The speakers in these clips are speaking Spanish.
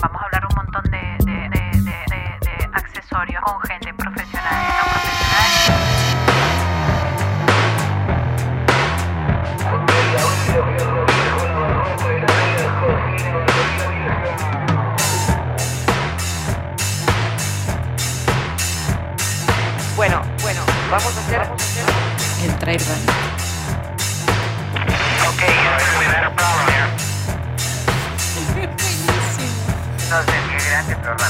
Vamos a hablar un montón de accesorios con gente profesional y no profesional. Bueno, vamos a hacer el trail run. No sé qué grande programa.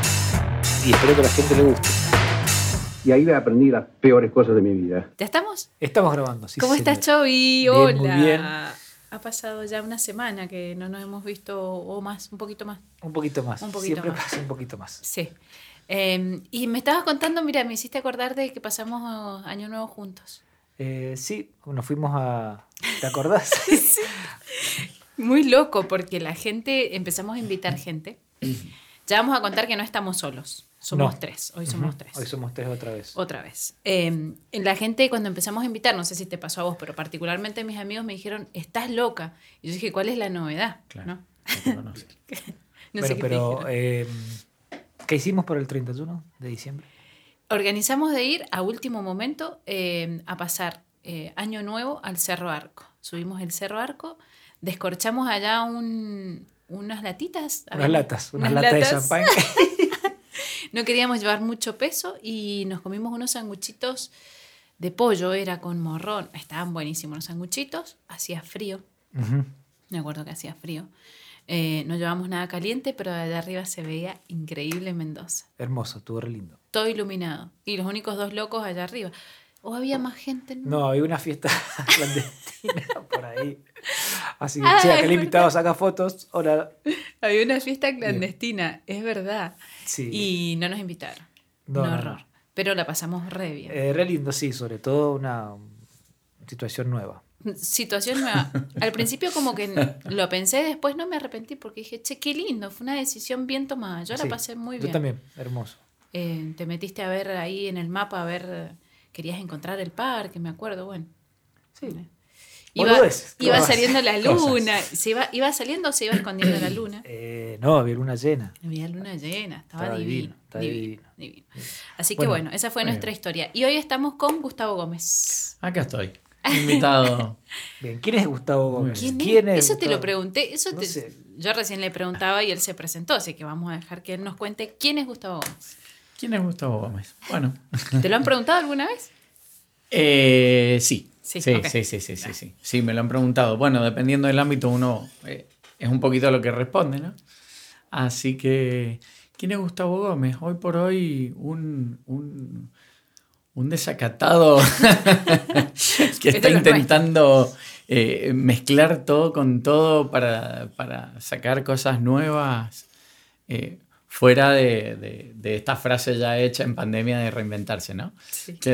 Y espero que a la gente le guste. Y ahí aprendí las peores cosas de mi vida. ¿Ya estamos? Estamos grabando, sí. ¿Cómo señor. estás, Chovy? Bien, Hola. muy bien. Ha pasado ya una semana que no nos hemos visto, o más, un poquito más. Un poquito más. Un poquito Siempre más. pasa un poquito más. Sí. Y me estabas contando, mira, me hiciste acordar de que pasamos Año Nuevo juntos. Sí, nos fuimos a... ¿Te acordás? Sí. Muy loco, porque la gente, empezamos a invitar gente. Ya vamos a contar que no estamos solos. Somos tres. Hoy somos tres. Hoy somos tres otra vez. Otra vez. La gente, cuando empezamos a invitar, no sé si te pasó a vos, pero particularmente mis amigos me dijeron, estás loca. Y yo dije, ¿cuál es la novedad? Claro. ¿No? No te conoce. No sé qué te pero dijeron. ¿qué hicimos por el 31 de diciembre? Organizamos de ir a último momento a pasar Año Nuevo al Cerro Arco. Subimos el Cerro Arco, descorchamos allá unas latitas. Unas latas de champán. No queríamos llevar mucho peso y nos comimos unos sanguchitos de pollo, era con morrón. Estaban buenísimos los sanguchitos, hacía frío. Uh-huh. Me acuerdo que hacía frío. No llevamos nada caliente, pero de allá arriba se veía increíble Mendoza. Hermoso, estuvo re lindo. Todo iluminado. Y los únicos dos locos allá arriba. ¿O había más gente? No, había una fiesta clandestina por ahí. Así que, Ah, che, es aquel invitado saca fotos. Hola. Había una fiesta clandestina, es verdad. Sí. Y no nos invitaron. No, Un no, horror. no. Pero la pasamos re bien. Re lindo, sí, sobre todo una situación nueva. Situación nueva. Al principio como que lo pensé, después no me arrepentí porque dije, che, qué lindo, fue una decisión bien tomada. Yo la Sí, pasé muy bien. Yo también, hermoso. Te metiste a ver ahí en el mapa, querías encontrar el parque, me acuerdo, bueno. Sí. Iba saliendo la luna. ¿Iba saliendo o se iba escondiendo la luna? No, había luna llena. Había luna llena, estaba divino. Divino. Así que bueno, esa fue nuestra historia. Y hoy estamos con Gustavo Gómez. Acá estoy, invitado. Bien, ¿quién es Gustavo Gómez? ¿Quién es? Eso Gustavo? te lo pregunté. No sé. Yo recién le preguntaba y él se presentó, así que vamos a dejar que él nos cuente quién es Gustavo Gómez. ¿Quién es Gustavo Gómez? Bueno. ¿Te lo han preguntado alguna vez? Sí. Sí, Sí, ok. sí. Sí, me lo han preguntado. Bueno, dependiendo del ámbito, uno es un poquito lo que responde, ¿no? Así que, ¿quién es Gustavo Gómez? Hoy por hoy, un desacatado que está intentando mezclar todo con todo para sacar cosas nuevas, fuera de esta frase ya hecha en pandemia de reinventarse, ¿no? Sí. Que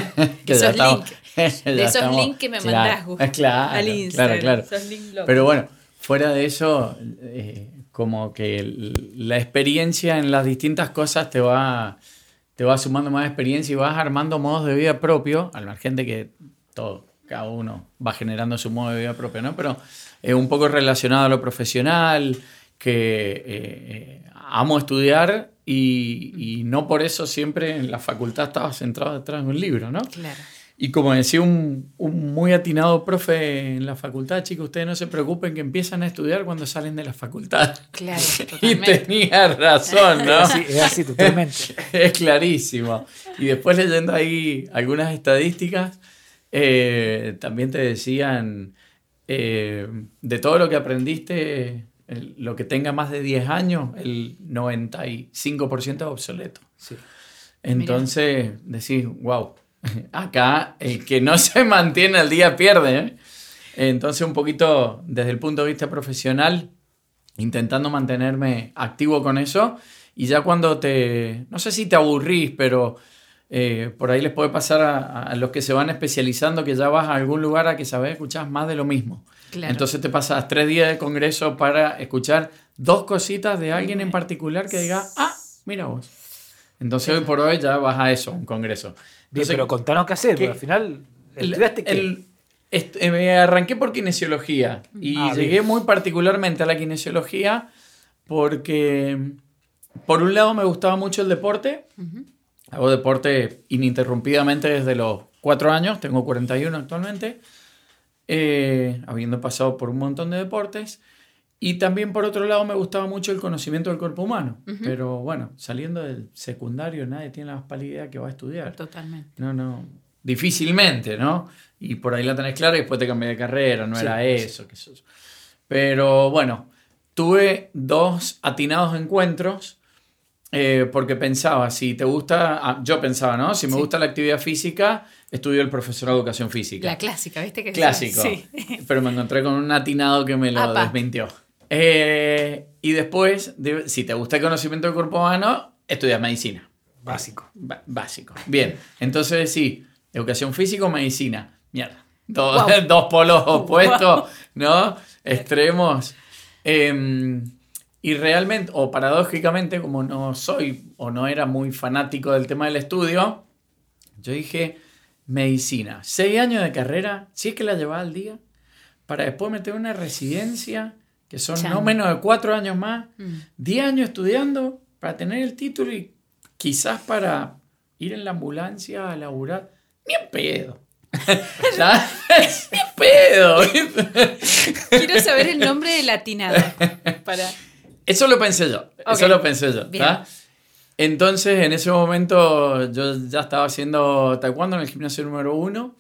esos links que me mandás, Gus, al Instagram. Claro. Esos links locos. Pero bueno, fuera de eso, como que la experiencia en las distintas cosas te va sumando más experiencia y vas armando modos de vida propio, al margen de que cada uno va generando su modo de vida propio, ¿no? Pero un poco relacionado a lo profesional, que amo estudiar y no por eso siempre en la facultad estaba centrado detrás de un libro, ¿no? Claro. Y como decía un muy atinado profe en la facultad, chicos, ustedes no se preocupen que empiezan a estudiar cuando salen de la facultad. Claro, Y totalmente. tenía razón, ¿no? Es así, totalmente. Es clarísimo. Y después leyendo ahí algunas estadísticas, también te decían, de todo lo que aprendiste, lo que tenga más de 10 años, el 95% es obsoleto. Sí. Entonces decís, wow, acá el que no se mantiene al día pierde, ¿eh? Entonces un poquito desde el punto de vista profesional, intentando mantenerme activo con eso, y ya cuando no sé si te aburrís, pero por ahí les puede pasar a los que se van especializando que ya vas a algún lugar a que sabes escuchar más de lo mismo. Claro. Entonces te pasas 3 días de congreso para escuchar 2 cositas de alguien en particular que diga, mira vos. Entonces hoy por hoy ya vas a eso, un congreso. Bien, Entonces, pero contanos qué hacer, porque al final estudiaste qué. me arranqué por kinesiología y llegué bien. muy particularmente a la kinesiología porque por un lado me gustaba mucho el deporte. Hago deporte ininterrumpidamente desde los 4 años, tengo 41 actualmente, habiendo pasado por un montón de deportes. Y también por otro lado me gustaba mucho el conocimiento del cuerpo humano. Pero bueno, saliendo del secundario nadie tiene la más pálida idea que va a estudiar. Totalmente. No, difícilmente, ¿no? Y por ahí la tenés clara y después te cambié de carrera, no era eso. Que eso. Pero bueno, tuve 2 atinados encuentros. Porque pensaba, si te gusta, yo pensaba, ¿no? Si me gusta la actividad física, estudio el profesorado de educación física. La clásica, ¿viste? Que Clásico. Sí. Pero me encontré con un atinado que me lo desmintió. Y después, si te gusta el conocimiento del cuerpo humano, estudias medicina. Básico. Básico. Bien, entonces sí, educación física o medicina. Mierda. Dos polos opuestos, ¿no? Extremos. Y realmente, o paradójicamente, como no soy o no era muy fanático del tema del estudio, yo dije, medicina, 6 años de carrera, si es que la llevaba al día, para después meter una residencia, que son no menos de 4 años más, 10 años estudiando para tener el título y quizás para ir en la ambulancia a laburar. Ni en pedo. Ni en pedo. Quiero saber el nombre de la atinada. Eso lo pensé yo. ¿Tá? Entonces, en ese momento, yo ya estaba haciendo taekwondo en el gimnasio número 1.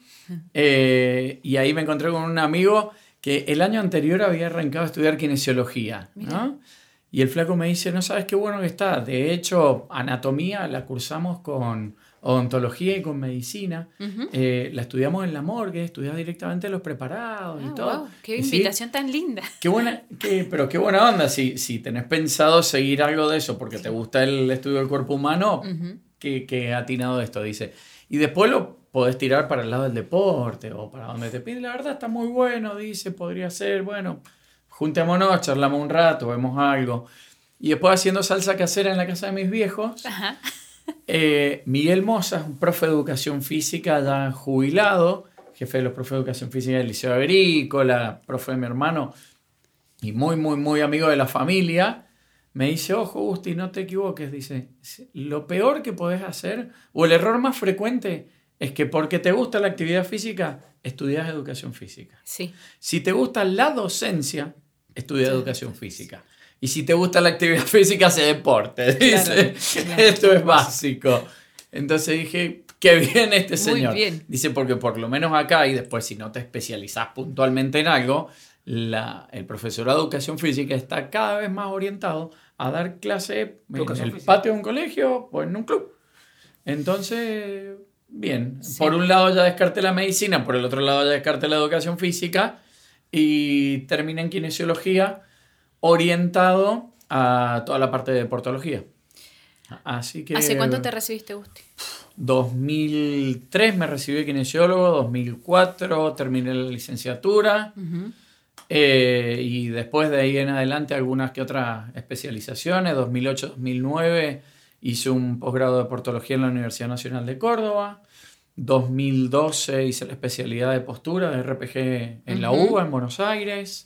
Y ahí me encontré con un amigo que el año anterior había arrancado a estudiar kinesiología, ¿no? Y el flaco me dice, no sabes qué bueno que está. De hecho, anatomía la cursamos con odontología y con medicina. La estudiamos en la morgue, estudias directamente los preparados y todo. Wow, qué invitación tan linda. Pero qué buena onda. Si tenés pensado seguir algo de eso porque te gusta el estudio del cuerpo humano, que atinado esto, dice. Y después lo podés tirar para el lado del deporte o para donde te pide. La verdad está muy bueno, dice, podría ser, bueno, juntémonos, charlamos un rato, vemos algo. Y después haciendo salsa casera en la casa de mis viejos. Ajá. Miguel Moza, un profe de educación física ya jubilado, jefe de los profes de educación física del Liceo Agrícola, profe de mi hermano y muy, muy, muy amigo de la familia, me dice, ojo, Gusti, no te equivoques, dice, lo peor que podés hacer, o el error más frecuente, es que porque te gusta la actividad física, estudias educación física. Sí. Si te gusta la docencia, estudias educación física. Y si te gusta la actividad física, hace deporte. Dice, claro. Esto es básico. Entonces dije, qué bien este señor. Muy bien. Dice, porque por lo menos acá, y después si no te especializás puntualmente en algo, el profesorado de educación física está cada vez más orientado a dar clase en el patio de un colegio o en un club. Entonces, bien. Sí. Por un lado ya descarté la medicina, por el otro lado ya descarté la educación física y terminé en kinesiología, orientado a toda la parte de deportología. Así que, ¿hace cuánto te recibiste, Gusti? 2003 me recibí de kinesiólogo, 2004 terminé la licenciatura. Y después de ahí en adelante algunas que otras especializaciones. 2008-2009 hice un posgrado de deportología en la Universidad Nacional de Córdoba. 2012 hice la especialidad de postura de RPG en la UBA en Buenos Aires.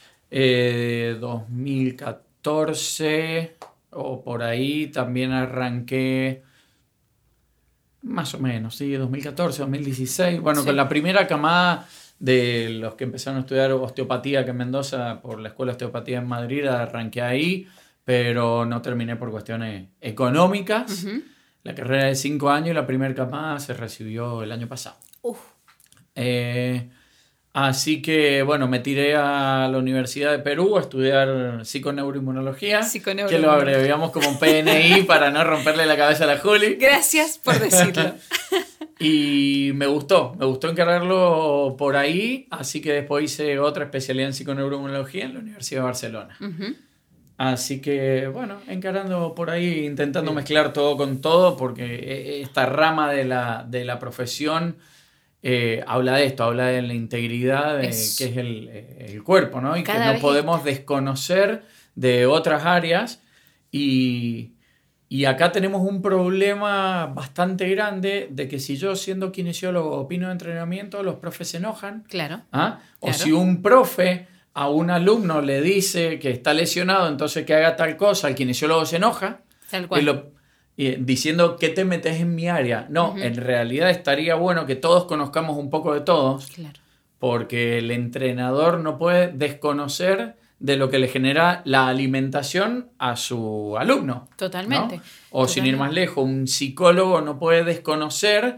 2014 o por ahí también arranqué más o menos, sí, 2014, 2016. Bueno, sí. Con la primera camada de los que empezaron a estudiar osteopatía aquí en Mendoza por la Escuela de Osteopatía en Madrid, arranqué ahí, pero no terminé por cuestiones económicas. La carrera de 5 años y la primera camada se recibió el año pasado. Así que, bueno, me tiré a la Universidad de Perú a estudiar psiconeuroinmunología, que lo abreviamos como PNI para no romperle la cabeza a la Juli. Gracias por decirlo. Y me gustó encargarlo por ahí, así que después hice otra especialidad en psiconeuroinmunología en la Universidad de Barcelona. Así que, bueno, encarando por ahí, intentando mezclar todo con todo, porque esta rama de la profesión habla de esto, habla de la integridad que es el cuerpo, ¿no? Y que no podemos desconocer de otras áreas. Y acá tenemos un problema bastante grande de que si yo, siendo kinesiólogo, opino de entrenamiento, los profes se enojan. Claro. O si un profe a un alumno le dice que está lesionado, entonces que haga tal cosa, el kinesiólogo se enoja. Tal cual. Diciendo que te metes en mi área. No, Ujú. en realidad estaría bueno que todos conozcamos un poco de todos, Claro. porque el entrenador no puede desconocer de lo que le genera la alimentación a su alumno. Totalmente. ¿no? O sin ir más lejos, un psicólogo no puede desconocer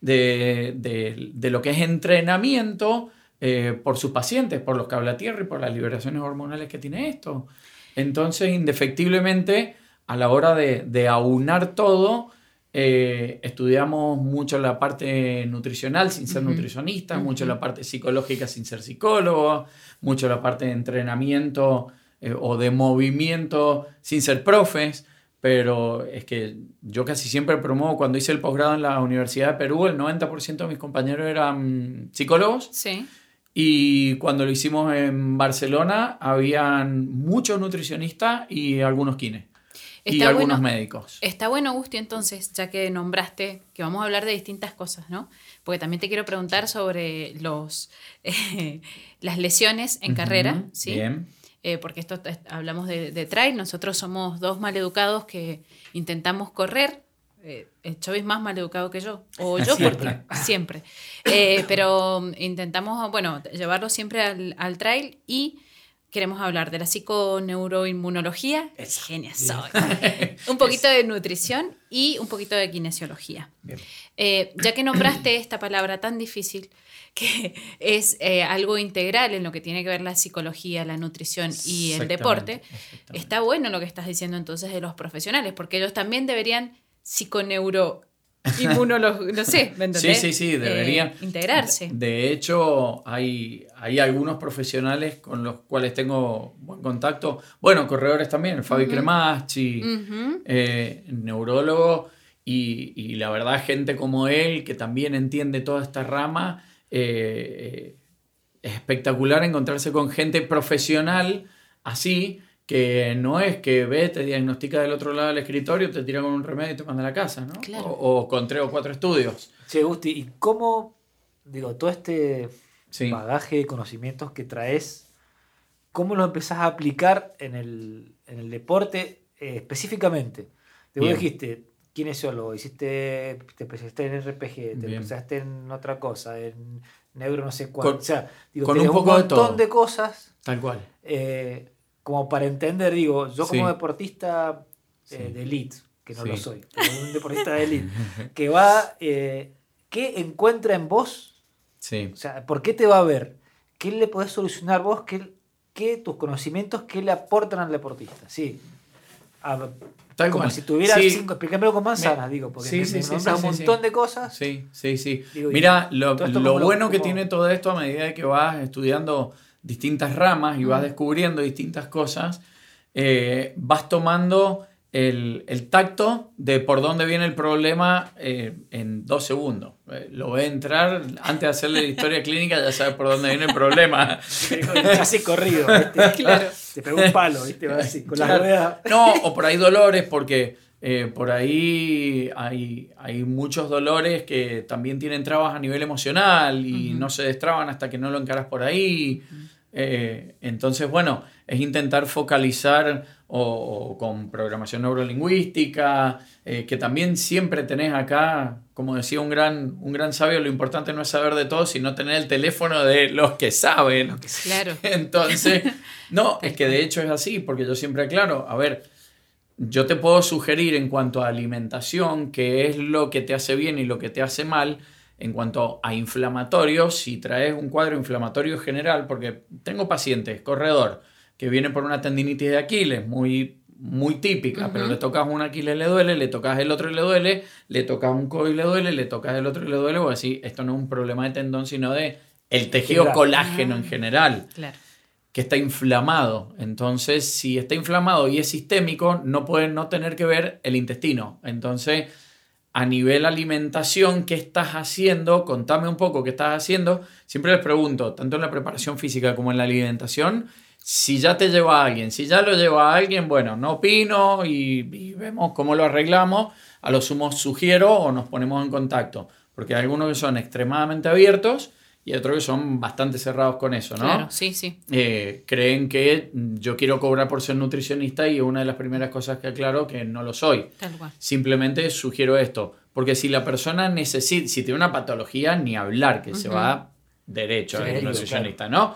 de lo que es entrenamiento por sus pacientes, por los cabletierra y por las liberaciones hormonales que tiene esto. Entonces, indefectiblemente, a la hora de aunar todo, estudiamos mucho la parte nutricional sin ser nutricionistas, mucho la parte psicológica sin ser psicólogo, mucho la parte de entrenamiento o de movimiento sin ser profes. Pero es que yo casi siempre promuevo, cuando hice el posgrado en la Universidad de Perú, el 90% de mis compañeros eran psicólogos. Sí. Y cuando lo hicimos en Barcelona, habían muchos nutricionistas y algunos kines. Y Está algunos bueno. médicos. Está bueno, Gusti, entonces, ya que nombraste, que vamos a hablar de distintas cosas, ¿no? Porque también te quiero preguntar sobre las lesiones en carrera, ¿sí? Bien. Porque hablamos de trail, nosotros somos dos maleducados que intentamos correr. El Chovi es más maleducado que yo, o yo Siempre. porque siempre. Pero intentamos, bueno, llevarlo siempre al trail y queremos hablar de la psiconeuroinmunología. Genia soy. Un poquito de nutrición y un poquito de kinesiología. Bien. Ya que nombraste esta palabra tan difícil, que es algo integral en lo que tiene que ver la psicología, la nutrición y el deporte, Exactamente. está bueno lo que estás diciendo entonces de los profesionales, porque ellos también deberían no sé, ¿me entendés? Sí, deberían. Integrarse. De hecho, hay algunos profesionales con los cuales tengo buen contacto. Bueno, corredores también, Fabi Cremacci, Ujú. neurólogo, y la verdad, gente como él, que también entiende toda esta rama. Es espectacular encontrarse con gente profesional así, que no es que ve, te diagnostica del otro lado del escritorio, te tira con un remedio y te manda a la casa, ¿no? Claro. O con 3 o 4 estudios. Che, Gusti, ¿y cómo, todo este Sí. bagaje de conocimientos que traes, cómo lo empezás a aplicar en el deporte específicamente? Vos Bien. dijiste, kinesiólogo, te especializaste en RPG, te Bien. especializaste en otra cosa, en neuro no sé cuánto. Con- O sea, con tenés un poco de montón todo. de cosas Tal cual. como para entender, yo Sí. como deportista Sí. de elite, que no Sí. lo soy, pero un deportista de elite, que va, ¿qué encuentra en vos? Sí. O sea, ¿por qué te va a ver? ¿Qué le podés solucionar vos? ¿Qué tus conocimientos, qué le aportan al deportista? Sí. Tal Como cual. si tuviera Sí. 5, explícamelo con manzanas, porque Sí, me sí, sí, nombras sí, un sí, montón sí. de cosas. Sí. Digo, Mira, y lo todo esto, lo ¿cómo bueno que cómo- tiene todo esto, a medida que vas estudiando distintas ramas y vas descubriendo distintas cosas, vas tomando el tacto de por dónde viene el problema en 2 segundos. Lo ve entrar, antes de hacerle la historia clínica ya sabe por dónde viene el problema. Casi corrido, ¿viste? Claro. Te pegó un palo, ¿viste? Va así, con las Claro. ruedas. No, o por ahí dolores, porque por ahí hay muchos dolores que también tienen trabas a nivel emocional y no se destraban hasta que no lo encaras por ahí. Entonces, bueno, es intentar focalizar o con programación neurolingüística, que también siempre tenés acá, como decía un gran sabio, lo importante no es saber de todo, sino tener el teléfono de los que saben. Claro. Entonces, no, es que de hecho es así, porque yo siempre aclaro, a ver, yo te puedo sugerir en cuanto a alimentación, qué es lo que te hace bien y lo que te hace mal. En cuanto a inflamatorios, si traes un cuadro inflamatorio general, porque tengo pacientes, corredor, que vienen por una tendinitis de Aquiles, muy, muy típica, pero le tocas un Aquiles le duele, le tocas el otro y le duele, le tocas un codo y le duele, le tocas el otro y le duele, o así, esto no es un problema de tendón, sino de el tejido Claro. colágeno en general, Claro. que está inflamado. Entonces, si está inflamado y es sistémico, no puede no tener que ver el intestino. Entonces, a nivel alimentación, ¿qué estás haciendo? Contame un poco qué estás haciendo. Siempre les pregunto, tanto en la preparación física como en la alimentación, si ya te lleva a alguien. Si ya lo lleva a alguien, bueno, no opino y vemos cómo lo arreglamos. A lo sumo sugiero o nos ponemos en contacto. Porque hay algunos que son extremadamente abiertos y hay otros que son bastante cerrados con eso, ¿no? Claro, sí, sí. Creen que yo quiero cobrar por ser nutricionista y una de las primeras cosas que aclaro que no lo soy. Tal cual. Simplemente sugiero esto, porque si la persona necesita, si tiene una patología, ni hablar, que se va derecho al Serio, nutricionista, ¿no?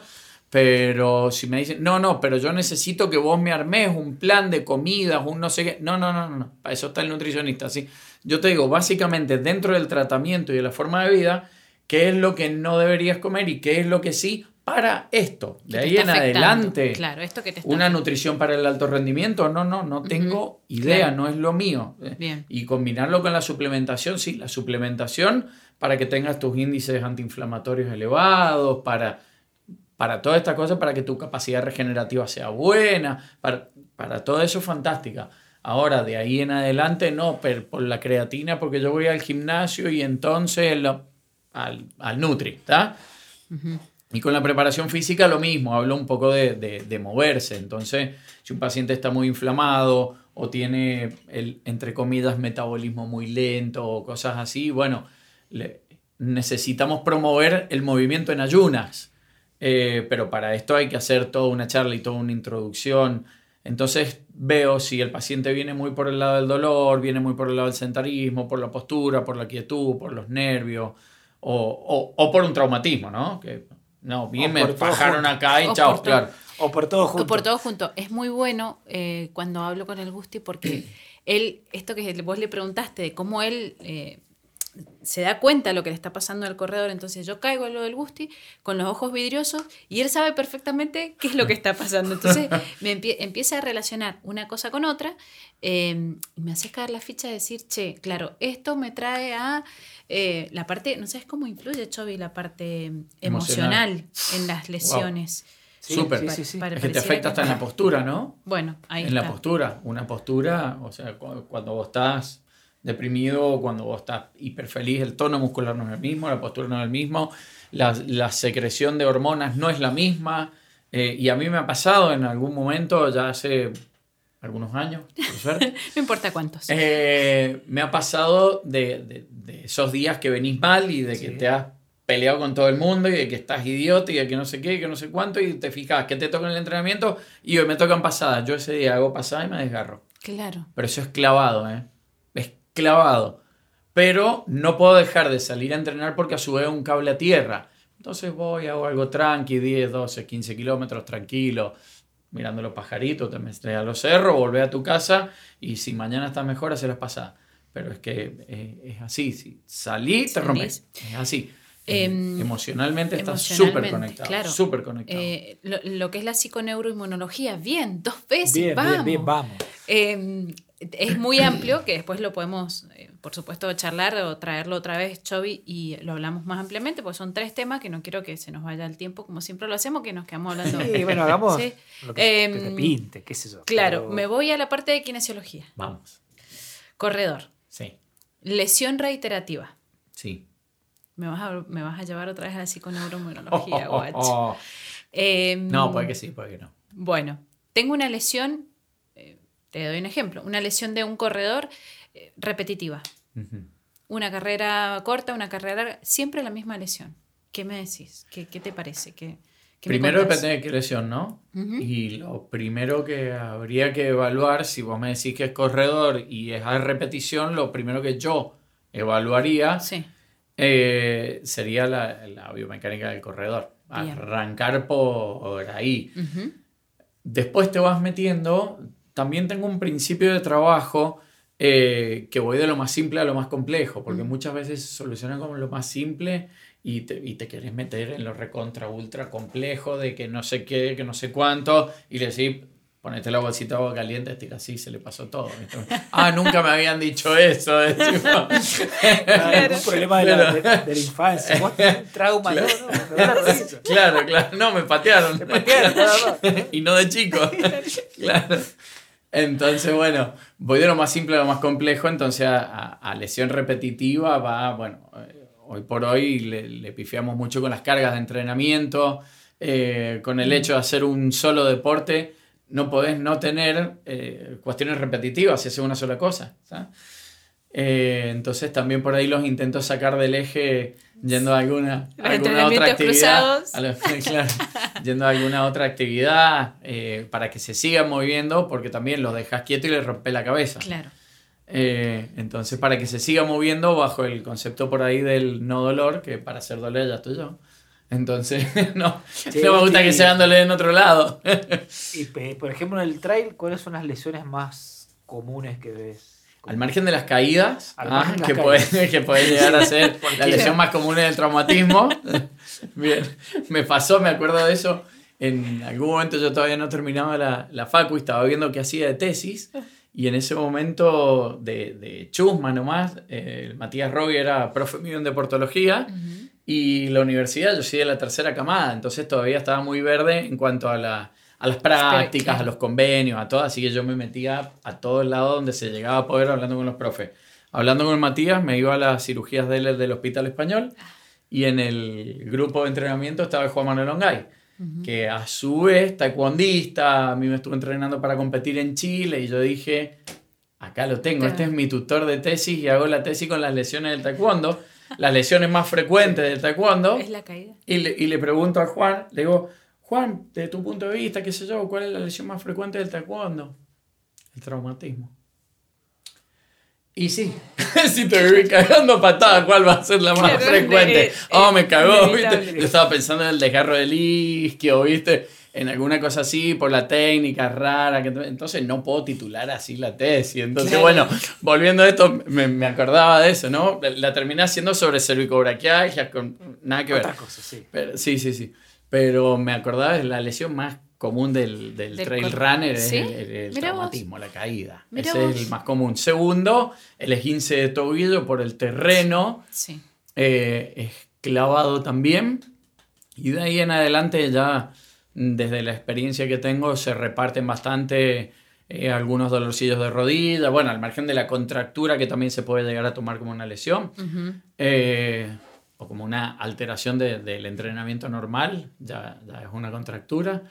Pero si me dicen, no, pero yo necesito que vos me armes un plan de comidas, un no sé qué. No. Para eso está el nutricionista, ¿sí? Yo te digo, básicamente, dentro del tratamiento y de la forma de vida, qué es lo que no deberías comer y qué es lo que sí para esto. De ahí en adelante, claro, esto que te está una afectando. nutrición para el alto rendimiento, no tengo idea, claro. no es lo mío. Bien. Y combinarlo con la suplementación, sí, la suplementación para que tengas tus índices antiinflamatorios elevados, para todas estas cosas, para que tu capacidad regenerativa sea buena, para todo eso fantástica. Ahora, de ahí en adelante, no, por la creatina, porque yo voy al gimnasio y entonces al Nutri, ¿está? Y con la preparación física lo mismo, hablo un poco de moverse. Entonces, si un paciente está muy inflamado o tiene el, entre comillas, metabolismo muy lento o cosas así, bueno, necesitamos promover el movimiento en ayunas. Pero para esto hay que hacer toda una charla y toda una introducción. Entonces veo si el paciente viene muy por el lado del dolor, viene muy por el lado del sedentarismo, por la postura, por la quietud, por los nervios o por un traumatismo, ¿no? Que no, bien me fajaron acá y O chao, por claro. O por todo junto. Por todo junto. Es muy bueno cuando hablo con el Gusti porque él, esto que vos le preguntaste, de cómo él se da cuenta de lo que le está pasando al corredor, entonces yo caigo en lo del Gusti con los ojos vidriosos y él sabe perfectamente qué es lo que está pasando. Entonces empieza a relacionar una cosa con otra y me hace caer la ficha de decir, che, claro, esto me trae a la parte, no sabes cómo influye, Chovi, la parte emocional en las lesiones. Sí, Súper. sí. Es que te afecta hasta en la postura, ¿no? Bueno, ahí En está. la postura. Una postura, o sea, cuando vos estás deprimido o cuando vos estás hiper feliz, el tono muscular no es el mismo, la postura no es el mismo, la secreción de hormonas no es la misma. Y a mí me ha pasado en algún momento, ya hace algunos años, por suerte. No importa cuántos. Me ha pasado de esos días que venís mal y de que te has peleado con todo el mundo y de que estás idiota y de que no sé qué, que no sé cuánto y te fijas que te toca en el entrenamiento y hoy me tocan pasadas. Yo ese día hago pasadas y me desgarro. Claro. Pero eso es clavado, es clavado. Pero no puedo dejar de salir a entrenar porque a su vez un cable a tierra. Entonces voy, hago algo tranqui, 10, 12, 15 kilómetros tranquilo, mirando los pajaritos, te metes a los cerros, volvés a tu casa y si mañana estás mejor, haces las pasadas. Pero es que es así, si salí, te rompes. Es así. Emocionalmente estás súper conectado. Claro. Súper conectado. Lo que es la psiconeuroinmunología, bien, 2 veces, vamos. Bien, vamos. Es muy amplio, que después lo podemos, por supuesto, charlar o traerlo otra vez, Chovi, y lo hablamos más ampliamente, porque son 3 temas que no quiero que se nos vaya el tiempo, como siempre lo hacemos, que nos quedamos hablando. Sí, bueno, hagamos Sí. lo que te pinte, qué sé yo. Claro, pero... me voy a la parte de kinesiología. Vamos. Corredor. Sí. Lesión reiterativa. Sí. Me vas a llevar otra vez a la psiconeuroinmunología, guacho. No, puede que sí, puede que no. Bueno, tengo una lesión, te doy un ejemplo, una lesión de un corredor repetitiva. Uh-huh. Una carrera corta, una carrera larga, siempre la misma lesión. ¿Qué me decís? ¿Qué te parece? ¿Qué me Primero contás? depende de qué lesión, ¿no? Ujú. Y lo primero que habría que evaluar, si vos me decís que es corredor y es a repetición, lo primero que yo evaluaría Sí. sería la biomecánica del corredor. Bien. Arrancar por ahí. Ujú. Después te vas metiendo. También tengo un principio de trabajo que voy de lo más simple a lo más complejo, porque muchas veces se soluciona como lo más simple y te querés meter en lo recontra ultra complejo de que no sé qué, que no sé cuánto, y le decís, ponete la bolsita de agua caliente, estira así, se le pasó todo. Nunca me habían dicho eso. Decimos. Claro, un problema de la infancia. Vos tenés un trauma, Claro. no. Claro, no, me patearon. Te patearon, nada más. Y no de chico. Claro. Entonces, bueno, voy de lo más simple a lo más complejo, entonces a lesión repetitiva va, bueno, hoy por hoy le pifiamos mucho con las cargas de entrenamiento, con el hecho de hacer un solo deporte, no podés no tener cuestiones repetitivas si haces una sola cosa, ¿sabes? Entonces también por ahí los intento sacar del eje yendo a alguna otra entrenamientos actividad. cruzados. Claro, yendo a alguna otra actividad para que se sigan moviendo, porque también los dejas quietos y les rompes la cabeza. Claro. Entonces, para que se siga moviendo bajo el concepto por ahí del no dolor, que para hacer doler ya estoy yo. Entonces, no me gusta que se hagan doler en otro lado. Y, por ejemplo, en el trail, ¿cuáles son las lesiones más comunes que ves? Al margen de las caídas, Al margen de las que caídas. puede llegar a ser la lesión más común en el traumatismo. Bien, me acuerdo de eso. En algún momento yo todavía no terminaba la facu y estaba viendo qué hacía de tesis. Y en ese momento de chusma nomás, Matías Rogui era profe mío en deportología. Ujú. Y la universidad, yo soy de la tercera camada, entonces todavía estaba muy verde en cuanto a las prácticas, claro. a los convenios, a todo. Así que yo me metía a todo el lado donde se llegaba a poder hablando con los profes. Hablando con Matías, me iba a las cirugías del Hospital Español y en el grupo de entrenamiento estaba Juan Manuel Ongay, que a su vez taekwondista, a mí me estuvo entrenando para competir en Chile y yo dije, acá lo tengo, este es mi tutor de tesis y hago la tesis con las lesiones del taekwondo, las lesiones más frecuentes del taekwondo. Es la caída. Y le pregunto a Juan, le digo, Juan, de tu punto de vista, qué sé yo, ¿cuál es la lesión más frecuente del taekwondo? El traumatismo. Y sí, si te voy cagando patada, ¿cuál va a ser la más Claro, frecuente? Me cagó, inevitable. ¿viste? Yo estaba pensando en el desgarro del isquio, ¿viste? En alguna cosa así, por la técnica rara. Entonces no puedo titular así la tesis. Entonces, Claro. bueno, volviendo a esto, me acordaba de eso, ¿no? La terminé haciendo sobre cervicobraquialgias, con nada que ver. Otra cosa, sí. Pero, sí. Pero me acordaba de la lesión más común del trail runner, ¿Sí? es el Mira traumatismo, la caída. Mira Ese vos. es el más común. Segundo, el esguince de tobillo por el terreno, Sí. es clavado también. Y de ahí en adelante ya, desde la experiencia que tengo, se reparten bastante algunos dolorcillos de rodilla, bueno, al margen de la contractura que también se puede llegar a tomar como una lesión. Ujú. O como una alteración del entrenamiento normal, ya es una contractura.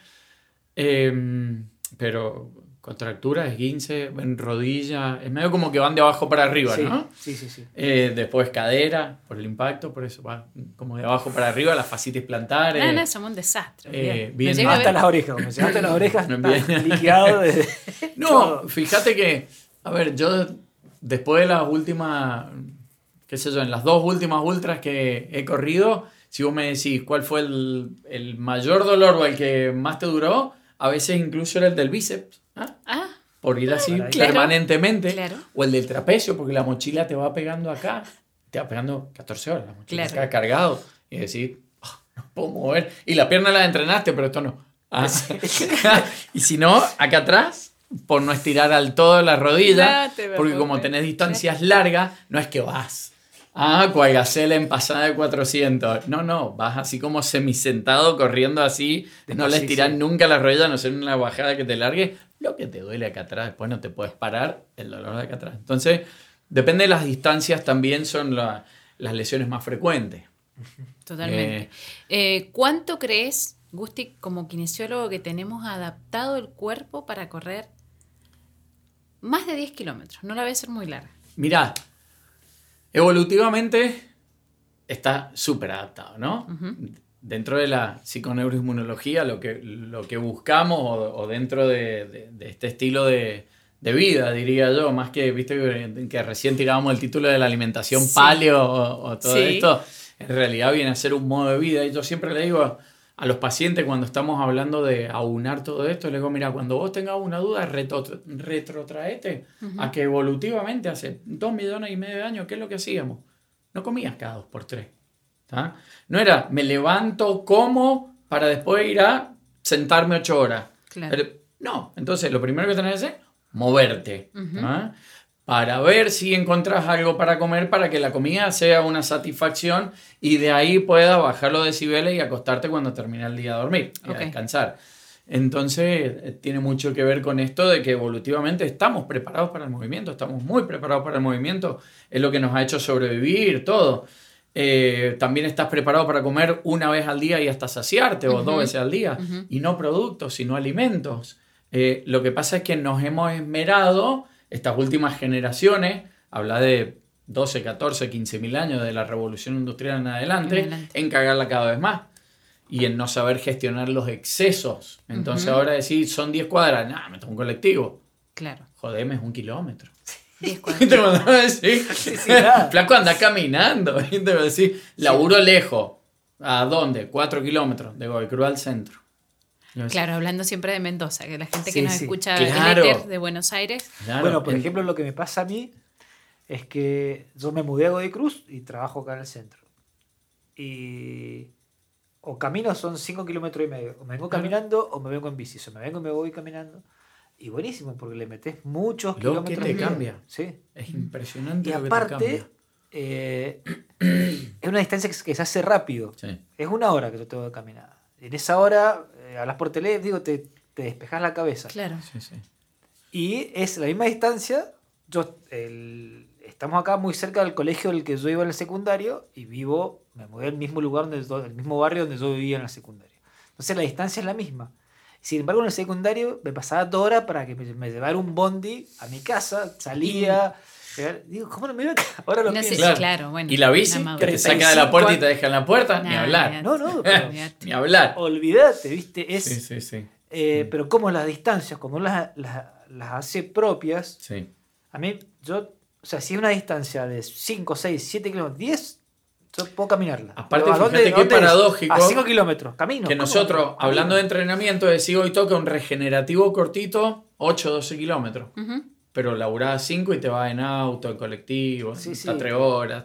Pero contractura, esguince, en rodilla, es medio como que van de abajo para arriba, Sí, ¿no? sí. Después cadera, por el impacto, por eso va como de abajo para arriba, las fascitis plantares. No, somos un desastre. bien. Me llega a Hasta ver- las orejas. Cuando llegaste a las orejas, Bien. estás liquidado de... No, todo. fíjate que, a ver, yo después de las últimas, qué sé yo, en las 2 últimas ultras que he corrido, si vos me decís cuál fue el mayor dolor o el que más te duró, a veces incluso era el del bíceps, ¿ah? Ah, Por ir así Claro. permanentemente, Claro. o el del trapecio, porque la mochila te va pegando acá, te va pegando 14 horas, la mochila Claro. acá cargado, y decís, no puedo mover, y la pierna la entrenaste, pero esto no. Ah. Y si no, acá atrás, por no estirar al todo la rodilla, No te porque como preocupes. tenés distancias largas, no es que vas cual gacela en pasada de 400. No, vas así como semisentado, corriendo así, no le estirás nunca la rodilla, a no ser una bajada que te largue, lo que te duele acá atrás, después no te puedes parar, el dolor de acá atrás. Entonces, depende de las distancias, también son las lesiones más frecuentes. totalmente. ¿Cuánto crees, Gusti, como kinesiólogo, que tenemos adaptado el cuerpo para correr más de 10 kilómetros? No la voy a hacer muy larga. Mirá, evolutivamente está súper adaptado, ¿no? Ujú. Dentro de la psiconeuroinmunología, lo que buscamos, o dentro de este estilo de vida, diría yo, más que, viste, que recién tirábamos el título de la alimentación Sí. paleo o todo Sí. esto, en realidad viene a ser un modo de vida. Y yo siempre le digo a los pacientes, cuando estamos hablando de aunar todo esto, les digo, mira, cuando vos tengas una duda, retrotraete a que evolutivamente hace 2,5 millones de años, ¿qué es lo que hacíamos? No comías cada 2 por 3. ¿Tá? No era, me levanto, como, para después ir a sentarme 8 horas. Claro. Pero, no, entonces lo primero que tenés que hacer, moverte. Ujú. ¿tá? Para ver si encontrás algo para comer, para que la comida sea una satisfacción y de ahí puedas bajar los decibeles y acostarte cuando termine el día a dormir y Ok. a descansar. Entonces, tiene mucho que ver con esto de que evolutivamente estamos preparados para el movimiento, estamos muy preparados para el movimiento, es lo que nos ha hecho sobrevivir, todo. También estás preparado para comer una vez al día y hasta saciarte, o 2 veces al día, y no productos, sino alimentos. Lo que pasa es que nos hemos esmerado, estas últimas generaciones, habla de 12, 14, 15.000 años de la revolución industrial en adelante, en cagarla cada vez más y en no saber gestionar los excesos. Entonces ahora decir, son 10 cuadras, nada, me tomo un colectivo. Claro. Jodeme, es 1 kilómetro. 10 ¿Qué te cuadras. mandaba a decir? Flaco, anda caminando. ¿Qué te va a decir? Laburo lejos. ¿A dónde? 4 kilómetros de Goicruz al centro. Claro, hablando siempre de Mendoza, que la gente Sí, que nos sí. escucha Claro. el éter de Buenos Aires. Claro, Bueno, por ejemplo, lo que me pasa a mí es que yo me mudé a Godoy Cruz y trabajo acá en el centro. Y o camino son 5 kilómetros y medio. O me vengo caminando o me vengo en bici. O me vengo y me voy caminando. Y buenísimo, porque le metes muchos Lo que kilómetros. te de- cambia. Sí. es impresionante Y lo que te cambia. aparte, es una distancia que se hace rápido. Sí. Es 1 hora que yo tengo que caminar. En esa hora, hablas por teléfono, digo, te despejas la cabeza. Claro. Sí, sí. Y es la misma distancia. Estamos acá muy cerca del colegio del que yo iba en el secundario y me mudé al mismo lugar, el mismo barrio donde yo vivía en la secundaria. Entonces la distancia es la misma. Sin embargo, en el secundario me pasaba 2 horas para que me llevara un bondi a mi casa, salía. Digo, ¿cómo no me iba? Ahora lo No sé, pienso. claro, bueno. ¿Y la bici? una Que te madurez. saca de la puerta y te 35 deja en la puerta. Ni Nah, hablar. ya. No, no, pero Olvídate. Ni hablar. olvídate, ¿viste? Es, Sí, sí, sí. pero como las distancias, como las hace propias, Sí. a mí, o sea, si es una distancia de 5, 6, 7 kilómetros, 10, yo puedo caminarla. Aparte, Pero ¿a fíjate qué dónde es? paradójico A 5 kilómetros, camino. Que ¿cómo? nosotros, hablando de Camino. entrenamiento, decimos hoy toca un regenerativo cortito, 8 12 kilómetros. Ujú. Pero laburás 5 y te vas en auto, en colectivo, Sí, está sí. 3 horas.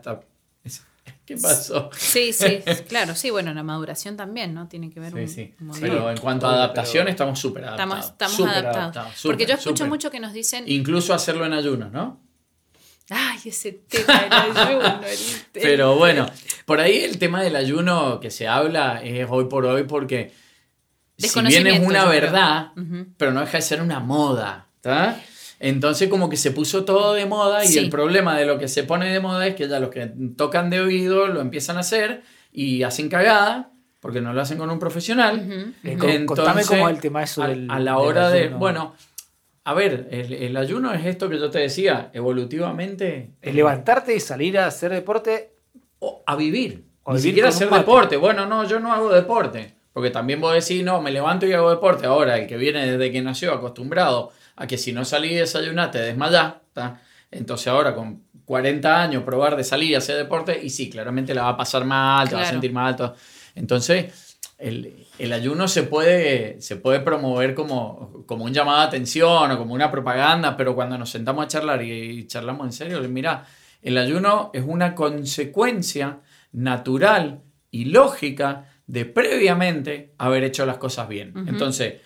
¿Qué pasó? Sí, sí, claro, sí, bueno, la maduración también, ¿no? Tiene que ver Sí, sí. un montón. Pero en cuanto a Obvio, adaptación, pero- estamos súper adaptados. Estamos súper adaptados. súper, Porque yo escucho súper. mucho que nos dicen, Incluso hacerlo en ayunas, ¿no? ay, ese tema del ayuno. Pero bueno, por ahí el tema del ayuno que se habla es hoy por hoy porque si bien es Desconocimiento, una yo creo. verdad, Ujú. pero no deja de ser una moda, ¿está? Entonces como que se puso todo de moda y Sí. el problema de lo que se pone de moda es que ya los que tocan de oído lo empiezan a hacer y hacen cagada porque no lo hacen con un profesional. Ujú. Contame Entonces, cómo es el tema eso a, del a la del hora de... ayuno. Bueno, a ver, el ayuno es esto que yo te decía, evolutivamente... Es levantarte y salir a hacer deporte. O a vivir. O Ni vivir siquiera con un hacer mate. deporte. Bueno, no, yo no hago deporte. Porque también vos decís, no, me levanto y hago deporte. Ahora, el que viene desde que nació acostumbrado a que si no salís y desayunás te desmayás, ¿tá? Entonces ahora con 40 años probar de salir y hacer deporte, y sí, claramente la va a pasar mal, te va a Claro. sentir mal. Todo. Entonces, el ayuno se puede promover como un llamado de atención o como una propaganda, pero cuando nos sentamos a charlar y charlamos en serio, mira, el ayuno es una consecuencia natural y lógica de previamente haber hecho las cosas bien. Ujú. Entonces,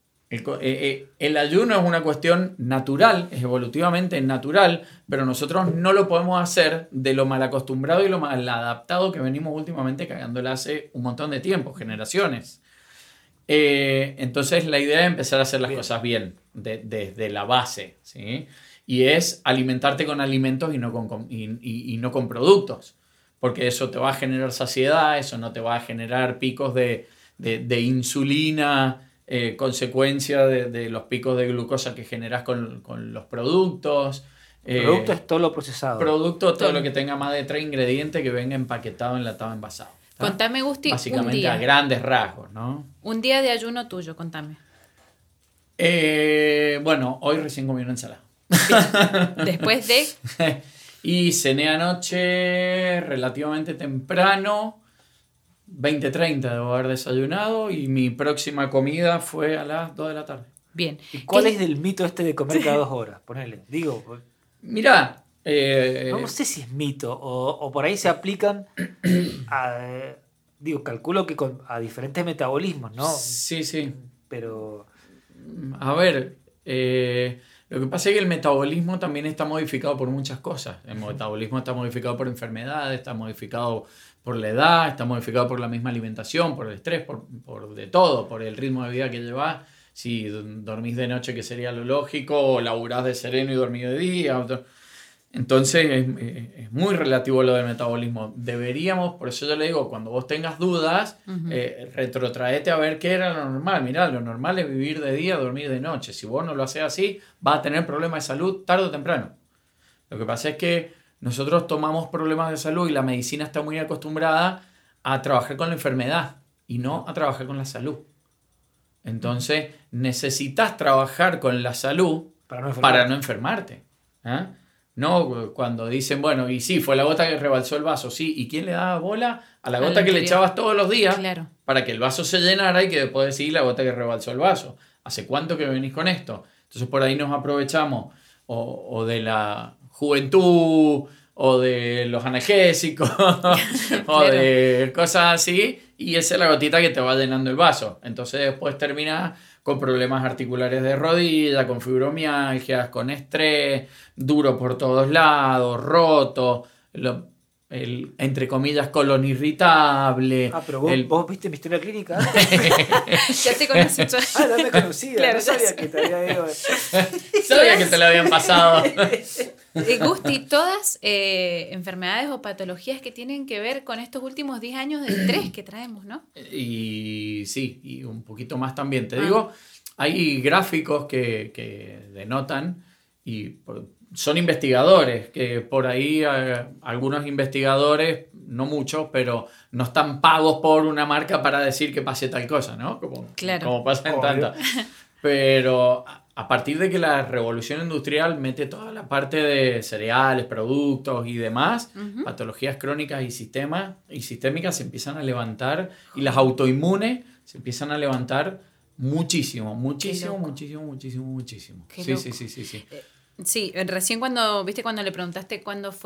el ayuno es una cuestión natural, es evolutivamente natural, pero nosotros no lo podemos hacer de lo mal acostumbrado y lo mal adaptado que venimos últimamente cagándola hace un montón de tiempo, generaciones. Entonces la idea es empezar a hacer las cosas bien, desde la base, ¿sí? Y es alimentarte con alimentos y no con productos, porque eso te va a generar saciedad, eso no te va a generar picos de insulina, consecuencia de los picos de glucosa que generas con los productos. Producto es todo lo procesado. Producto, todo lo que tenga más de 3 ingredientes que venga empaquetado, enlatado, envasado. ¿tá? Contame, Gusti, Básicamente a grandes rasgos, ¿no? un día de ayuno tuyo, contame. Bueno, hoy recién comí una ensalada. Después de, Y cené anoche relativamente temprano, 20:30 debo haber desayunado, y mi próxima comida fue a las 2 de la tarde. bien. ¿Y cuál ¿Qué- es del mito este de comer cada 2 horas? Ponele. Digo, Mirá, no sé si es mito o por ahí se aplican digo, calculo que a diferentes metabolismos, ¿no? sí, sí. Pero A ver, lo que pasa es que el metabolismo también está modificado por muchas cosas. El metabolismo está modificado por enfermedades, está modificado por la edad, está modificado por la misma alimentación, por el estrés, por de todo, por el ritmo de vida que llevas. Si dormís de noche, que sería lo lógico, o laburás de sereno y dormís de día. Entonces es muy relativo lo del metabolismo. Deberíamos, por eso yo le digo, cuando vos tengas dudas, retrotraete a ver qué era lo normal. Mirá, lo normal es vivir de día, dormir de noche. Si vos no lo haces así, vas a tener problemas de salud tarde o temprano. Lo que pasa es que nosotros tomamos problemas de salud y la medicina está muy acostumbrada a trabajar con la enfermedad y no a trabajar con la salud. Entonces, necesitas trabajar con la salud para no enfermarte. ¿Ah? No cuando dicen, bueno, y sí, fue la gota que rebalsó el vaso, sí, ¿y quién le daba bola? A la gota que le echabas todos los días para que el vaso se llenara y que después decir la gota que rebalsó el vaso. ¿Hace cuánto que venís con esto? Entonces por ahí nos aprovechamos o de la juventud o de los analgésicos o de cosas así, y esa es la gotita que te va llenando el vaso. Entonces después terminas con problemas articulares de rodilla, con fibromialgias, con estrés, duro por todos lados, roto, entre comillas, colon irritable. Pero vos viste mi historia clínica. Ya te conocí. No me conocía. Claro, no sabía que te había ido. Sabía que te lo habían pasado. Gusti, todas enfermedades o patologías que tienen que ver con estos últimos 10 años de estrés que traemos, ¿no? Y sí, y un poquito más también. Te digo, hay gráficos que denotan y son investigadores, que por ahí algunos investigadores, no muchos, pero no están pagos por una marca para decir que pase tal cosa, ¿no? Como pasa en tantas. Pero a partir de que la revolución industrial mete toda la parte de cereales, productos y demás, patologías crónicas y sistémicas se empiezan a levantar, y las autoinmunes se empiezan a levantar muchísimo. Sí. Sí, recién cuando le preguntaste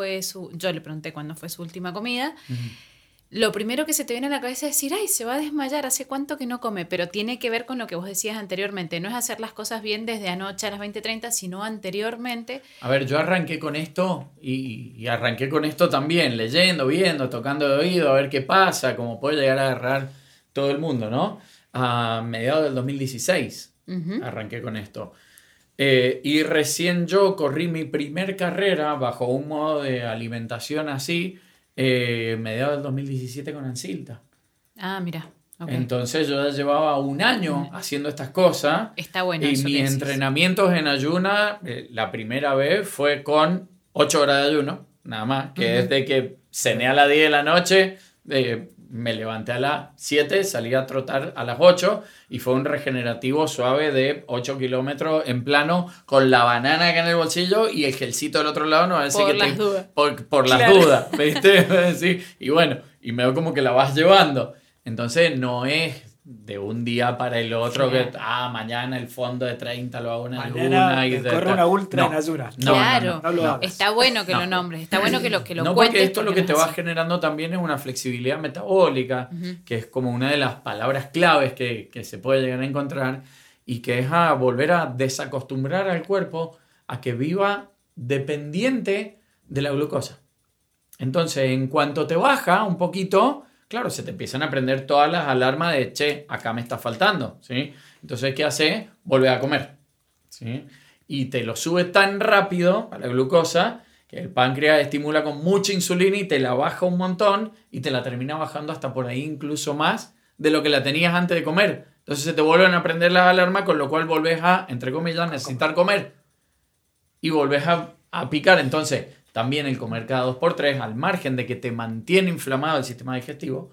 yo le pregunté cuándo fue su última comida, lo primero que se te viene a la cabeza es decir, ay, se va a desmayar, ¿hace cuánto que no come? Pero tiene que ver con lo que vos decías anteriormente, no es hacer las cosas bien desde anoche a las 20:30, sino anteriormente. A ver, yo arranqué con esto y arranqué con esto también, leyendo, viendo, tocando de oído, a ver qué pasa, cómo puede llegar a agarrar todo el mundo, ¿no? A mediados del 2016 arranqué con esto. Y recién yo corrí mi primer carrera bajo un modo de alimentación así, mediados del 2017 con Ancilta. Ah, mira. Okay. Entonces yo ya llevaba un año haciendo estas cosas. Está bueno. Y mis entrenamientos en ayuna, la primera vez fue con 8 horas de ayuno, nada más, que desde que cené a las 10 de la noche, me levanté a las 7, salí a trotar a las 8 y fue un regenerativo suave de 8 kilómetros en plano con la banana acá en el bolsillo y el gelcito del otro lado, no va a decir por que las dudas. Por las dudas, ¿viste? Sí, y bueno, y me veo como que la vas llevando. Entonces no es de un día para el otro que mañana el fondo de 30 lo hago en ayuna y corre una ultra en ayuna. Claro, no. Está bueno que lo nombres, está bueno que lo cuentes. No, porque esto lo que te va generando también es una flexibilidad metabólica, que es como una de las palabras claves que se puede llegar a encontrar, y que es a volver a desacostumbrar al cuerpo a que viva dependiente de la glucosa. Entonces, en cuanto te baja un poquito, claro, se te empiezan a prender todas las alarmas de, che, acá me está faltando, ¿sí? Entonces, ¿qué hace? Volver a comer, ¿sí? Y te lo sube tan rápido a la glucosa que el páncreas estimula con mucha insulina y te la baja un montón y te la termina bajando hasta por ahí incluso más de lo que la tenías antes de comer. Entonces se te vuelven a prender las alarmas, con lo cual volvés a, entre comillas, necesitar comer. Y volvés a picar. Entonces, también el comer cada 2x3, al margen de que te mantiene inflamado el sistema digestivo,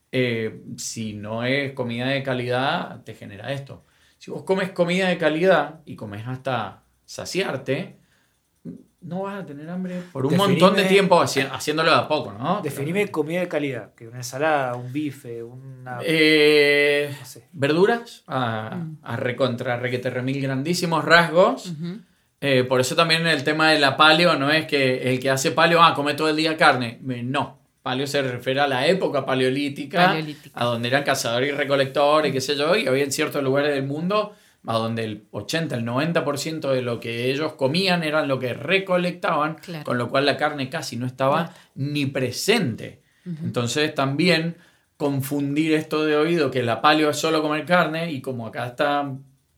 si no es comida de calidad, te genera esto. Si vos comes comida de calidad y comes hasta saciarte, no vas a tener hambre por un montón de tiempo haciéndolo de a poco, ¿no? Definime comida de calidad, que una ensalada, un bife, una... no sé. Verduras, a recontra requete remil grandísimos rasgos. Por eso también el tema de la paleo no es que el que hace paleo, come todo el día carne. No, paleo se refiere a la época paleolítica. A donde eran cazadores y recolectores, qué sé yo, y había en ciertos lugares del mundo a donde el 80, el 90% de lo que ellos comían eran lo que recolectaban, claro. Con lo cual la carne casi no estaba ni presente. Entonces también confundir esto de oído, que la paleo es solo comer carne, y como acá está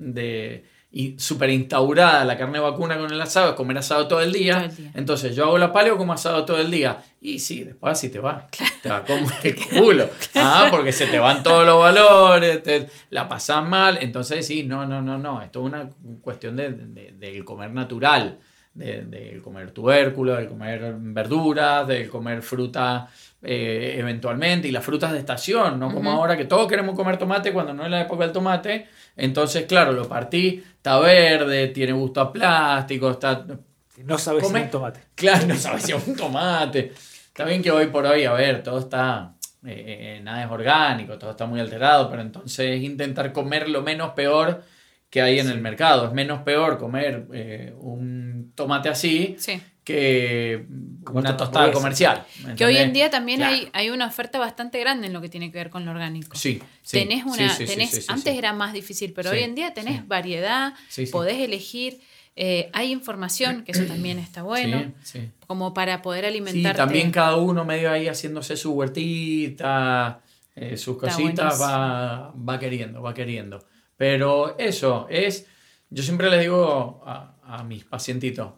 y súper instaurada la carne vacuna con el asado, es comer asado todo el día. Entonces yo hago la paleo como asado todo el día. Y sí, después así te va. Claro. Te va como el culo. Porque se te van todos los valores, la pasás mal. Entonces sí, no. Esto es una cuestión del comer natural, de comer tubérculo, de comer verduras, de comer fruta eventualmente, y las frutas de estación, no como ahora que todos queremos comer tomate cuando no es la época del tomate. Entonces, claro, lo partí, está verde, tiene gusto a plástico, está... No sabes si es un tomate. Claro, no sabes si es un tomate. Está bien que hoy por hoy, a ver, todo está... nada es orgánico, todo está muy alterado, pero entonces intentar comer lo menos peor que hay en el mercado. Es menos peor comer un tomate así que una tostada comercial. ¿Entendés? Que hoy en día también claro. hay una oferta bastante grande en lo que tiene que ver con lo orgánico. Sí, Tenés antes era más difícil, pero hoy en día tenés variedad, podés elegir. Hay información, que eso también está bueno, como para poder alimentarte. Sí, también cada uno medio ahí haciéndose su huertita, sus cositas, va queriendo. Pero eso es, yo siempre les digo a mis pacientitos,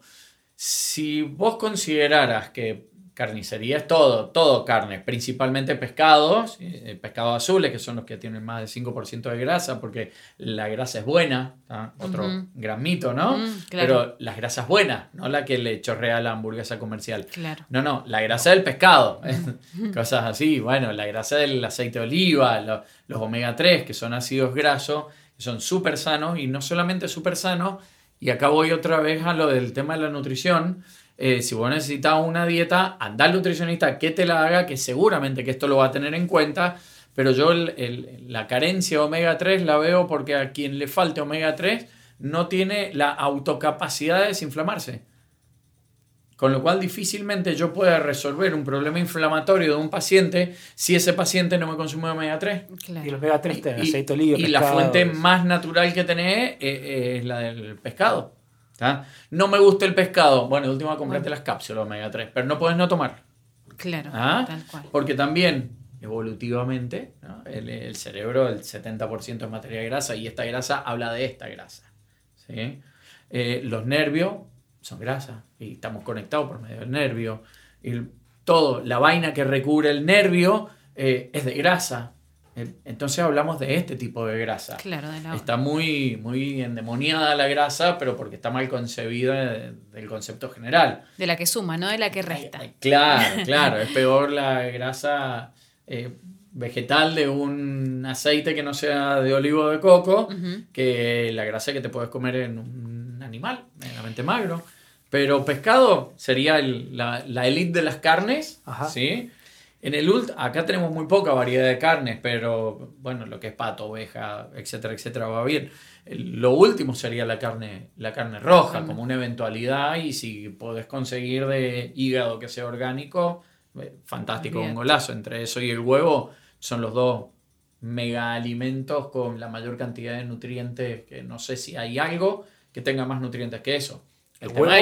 si vos consideraras que carnicería es todo carne, principalmente pescados, pescados azules, que son los que tienen más del 5% de grasa, porque la grasa es buena, ¿tá? Otro gran mito, ¿no? Claro. Pero las grasas buenas, no la que le chorrea la hamburguesa comercial. Claro. No, la grasa del pescado, cosas así, bueno, la grasa del aceite de oliva, los omega 3, que son ácidos grasos, que son súper sanos, y no solamente súper sanos, y acá voy otra vez a lo del tema de la nutrición. Si vos necesitas una dieta, anda al nutricionista que te la haga, que seguramente que esto lo va a tener en cuenta, pero yo la carencia de omega 3 la veo porque a quien le falte omega 3 no tiene la autocapacidad de desinflamarse. Con lo cual difícilmente yo pueda resolver un problema inflamatorio de un paciente si ese paciente no me consume omega 3. Claro. Y el omega 3 tiene aceite de oliva, y la fuente más natural que tenés es la del pescado. ¿Tá? No me gusta el pescado. Bueno, de última comprate las cápsulas omega 3, pero no puedes no tomar. Claro, tal cual. Porque también, evolutivamente, ¿no? El cerebro, el 70% es materia grasa, y esta grasa habla de esta grasa. ¿Sí? Los nervios son grasa, y estamos conectados por medio del nervio. Y todo, la vaina que recubre el nervio es de grasa. Entonces hablamos de este tipo de grasa. Claro, está muy, muy endemoniada la grasa, pero porque está mal concebida del concepto general. De la que suma, no de la que resta. Claro. Es peor la grasa vegetal de un aceite que no sea de olivo o de coco que la grasa que te puedes comer en un animal, meramente magro. Pero pescado sería la elite de las carnes, ¿sí? Acá tenemos muy poca variedad de carnes, pero bueno, lo que es pato, oveja, etcétera, va bien. Lo último sería la carne roja, como una eventualidad, y si podés conseguir de hígado que sea orgánico, fantástico, un golazo. Entre eso y el huevo son los dos mega alimentos con la mayor cantidad de nutrientes, que no sé si hay algo que tenga más nutrientes que eso. El tema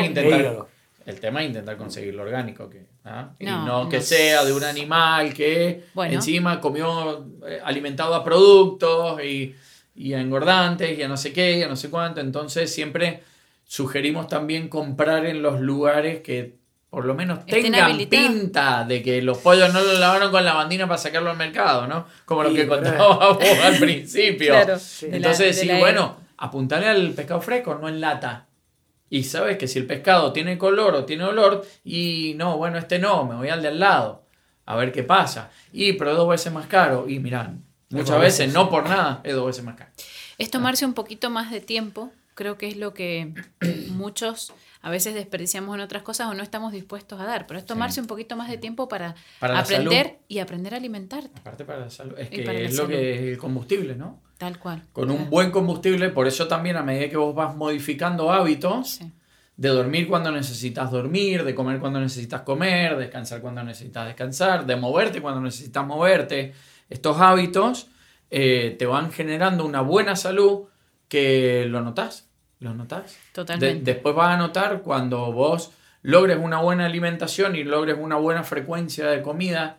es intentar conseguir lo orgánico, y no que sea de un animal que encima comió alimentado a productos y a engordantes y a no sé qué y a no sé cuánto. Entonces siempre sugerimos también comprar en los lugares que por lo menos tengan pinta de que los pollos no los lavaron con lavandina para sacarlo al mercado, ¿no? Como lo que contábamos al principio. Claro. Entonces decís, bueno, apuntale al pescado fresco, no en lata. Y sabes que si el pescado tiene color o tiene olor, y no, bueno, me voy al de al lado, a ver qué pasa. Pero es 2 veces más caro. Y mirá, muchas veces, no por nada, es 2 veces más caro. Es tomarse un poquito más de tiempo, creo que es lo que muchos a veces desperdiciamos en otras cosas o no estamos dispuestos a dar, pero es tomarse un poquito más de tiempo para aprender y aprender a alimentarte. Aparte para la salud, es que es lo que es el combustible, ¿no? Tal cual. Con un buen combustible, por eso también a medida que vos vas modificando hábitos, de dormir cuando necesitas dormir, de comer cuando necesitas comer, descansar cuando necesitas descansar, de moverte cuando necesitas moverte, estos hábitos te van generando una buena salud que lo notás. Totalmente. Después vas a notar cuando vos logres una buena alimentación y logres una buena frecuencia de comida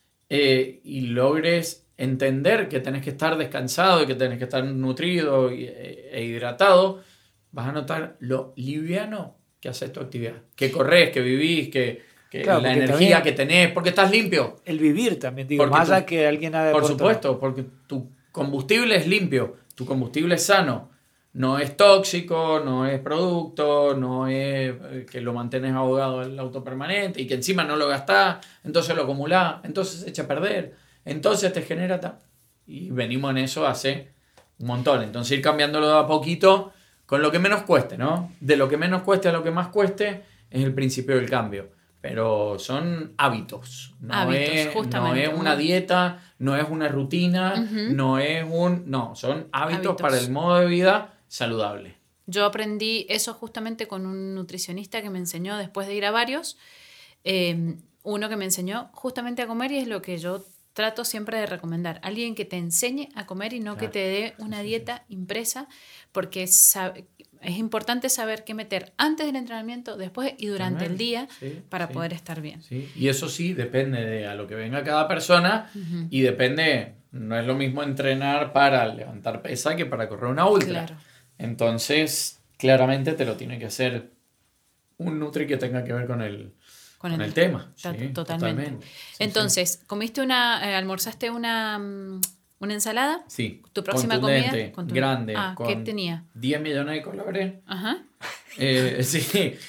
y logres entender que tenés que estar descansado y que tenés que estar nutrido e hidratado, vas a notar lo liviano que haces tu actividad. Que corres, que vivís, que la energía que tenés, porque estás limpio. El vivir también, digo, más allá que alguien haga... Por supuesto, porque tu combustible es limpio, tu combustible es sano. no es tóxico, no es producto, no es que lo mantenés ahogado el auto permanente y que encima no lo gastás, entonces lo acumulás, entonces se echa a perder, entonces te genera... Y venimos en eso hace un montón. Entonces ir cambiándolo de a poquito con lo que menos cueste, ¿no? De lo que menos cueste a lo que más cueste es el principio del cambio. Pero son hábitos. No es una dieta, no es una rutina, no es un... No, son hábitos para el modo de vida saludable. Yo aprendí eso justamente con un nutricionista que me enseñó después de ir a varios. Uno que me enseñó justamente a comer y es lo que yo trato siempre de recomendar. Alguien que te enseñe a comer y no que te dé una dieta impresa, porque es importante saber qué meter antes del entrenamiento, después y durante el día para poder estar bien. Sí. Y eso sí, depende de a lo que venga cada persona y depende, no es lo mismo entrenar para levantar pesa que para correr una ultra. Claro. Entonces, claramente te lo tiene que hacer un nutri que tenga que ver con el tema. Totalmente. Entonces, ¿comiste almorzaste una ensalada? Sí. ¿Tu próxima comida? Grande. ¿Qué tenía? 10 millones de colores. Ajá. Sí.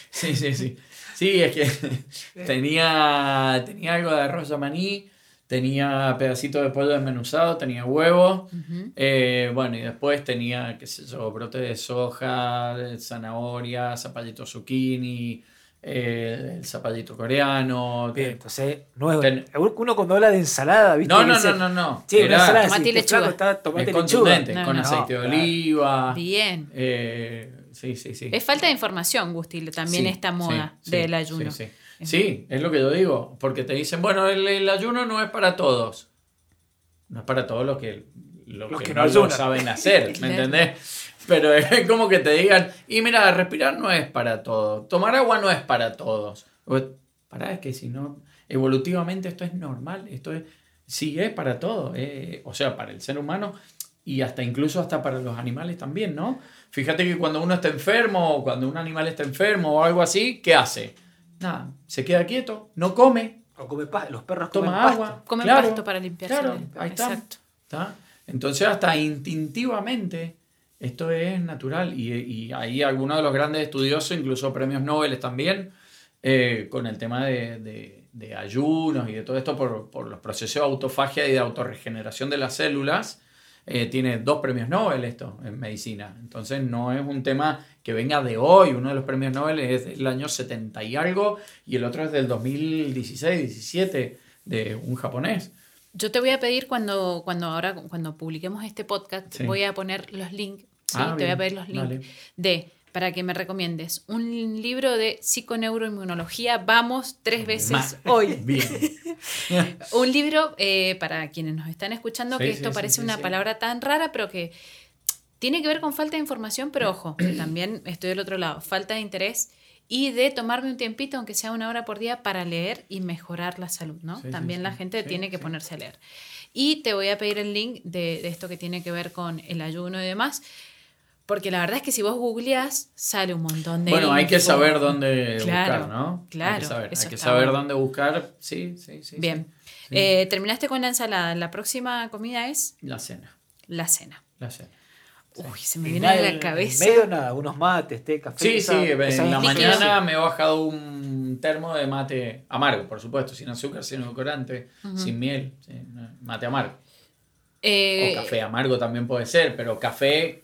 Sí, es que tenía algo de arroz de maní, tenía pedacitos de pollo desmenuzado, tenía huevos. Bueno, y después tenía, qué sé yo, brote de soja, zanahoria, zapallito zucchini, el zapallito coreano. Bien, entonces, uno cuando habla de ensalada, ¿viste? No. Sí, una ensalada tomate y lechuga. Tomate es y lechuga. contundente, con aceite de oliva. Bien. Sí. Es falta de información, Gusti, también esta moda del ayuno. Sí, es lo que yo digo, porque te dicen, bueno, el ayuno no es para todos. No es para todos los que no lo saben hacer, ¿me entendés? Pero es como que te digan, y mira, respirar no es para todos, tomar agua no es para todos. Pará, es que si no, evolutivamente esto es normal, sí es para todos, o sea, para el ser humano y incluso para los animales también, ¿no? Fíjate que cuando uno está enfermo, o cuando un animal está enfermo o algo así, ¿qué hace? Nada, se queda quieto, no come. O come pasto, los perros toma comen agua. pasto. Comen pasto para limpiarse. Claro, ahí está. Exacto. ¿Está? Entonces hasta instintivamente esto es natural y hay algunos de los grandes estudiosos, incluso premios Nobel también, con el tema de ayunos y de todo esto por los procesos de autofagia y de autorregeneración de las células. Tiene 2 premios Nobel esto en medicina. Entonces no es un tema que venga de hoy. Uno de los premios Nobel es del año 70 y algo y el otro es del 2016-17 de un japonés. Yo te voy a pedir cuando publiquemos este podcast, voy a poner los links, ¿sí? Te voy a pedir los links para que me recomiendes un libro de psiconeuroinmunología. Vamos 3 veces hoy. Bien. Un libro para quienes nos están escuchando, que esto parece una palabra tan rara, pero que tiene que ver con falta de información, pero ojo, también estoy del otro lado, falta de interés y de tomarme un tiempito, aunque sea 1 hora por día, para leer y mejorar la salud, ¿no? También la gente tiene que ponerse a leer. Y te voy a pedir el link de esto que tiene que ver con el ayuno y demás, porque la verdad es que si vos googleás, sale un montón de Bueno, hay que info. saber dónde buscar, ¿no? Claro, hay que saber dónde buscar. Sí. Bien. Sí. Terminaste con la ensalada. La próxima comida es La cena. la cena. Uy, se me Y viene nada, a la cabeza. En medio nada, unos mates, té, café. Sí, en la líquidos. mañana me he bajado un termo de mate amargo, por supuesto, sin azúcar, sin edulcorante, sin miel, mate amargo. O café amargo también puede ser, pero café.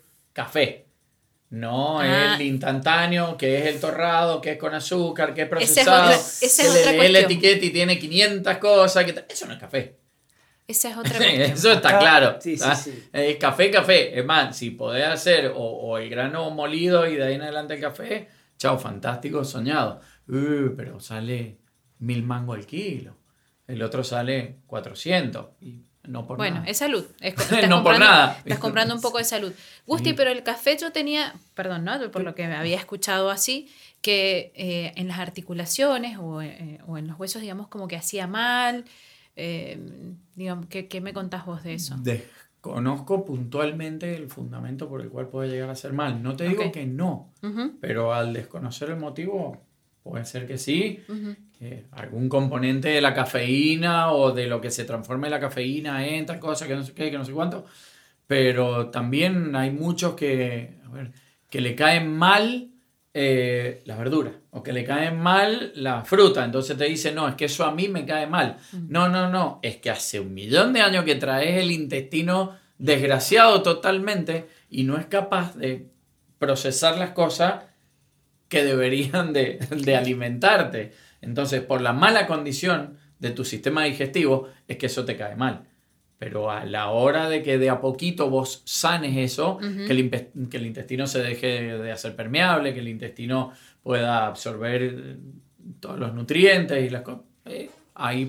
No el instantáneo, que es el torrado, que es con azúcar, que es procesado. Esa es que otra le lee la cuestión. etiqueta y tiene 500 cosas. Eso no es café. Esa es otra cuestión. Eso está claro. Sí. Es café. Es más, si podés hacer o el grano molido y de ahí en adelante el café, chao, fantástico, soñado. Pero sale 1000 mangos al kilo. El otro sale 400. Y no por nada. Bueno, es salud. No por nada. Estás comprando un poco de salud. Gusti, pero el café yo tenía, perdón, ¿no? Por lo que había escuchado así, que en las articulaciones o en los huesos, digamos, como que hacía mal. Digamos, ¿qué me contás vos de eso? Desconozco puntualmente el fundamento por el cual puede llegar a ser mal. No te digo que no, pero al desconocer el motivo, puede ser que sí. Que algún componente de la cafeína o de lo que se transforme la cafeína en tal cosa, que no sé qué, que no sé cuánto. pero también hay muchos que le caen mal las verduras o que le caen mal la fruta. Entonces te dicen, no, es que eso a mí me cae mal. No, es que hace 1.000.000 de años que traes el intestino desgraciado totalmente y no es capaz de procesar las cosas que deberían de alimentarte. Entonces, por la mala condición de tu sistema digestivo, es que eso te cae mal. Pero a la hora de que de a poquito vos sanes eso, que el intestino se deje de hacer permeable, que el intestino pueda absorber todos los nutrientes y las cosas, ahí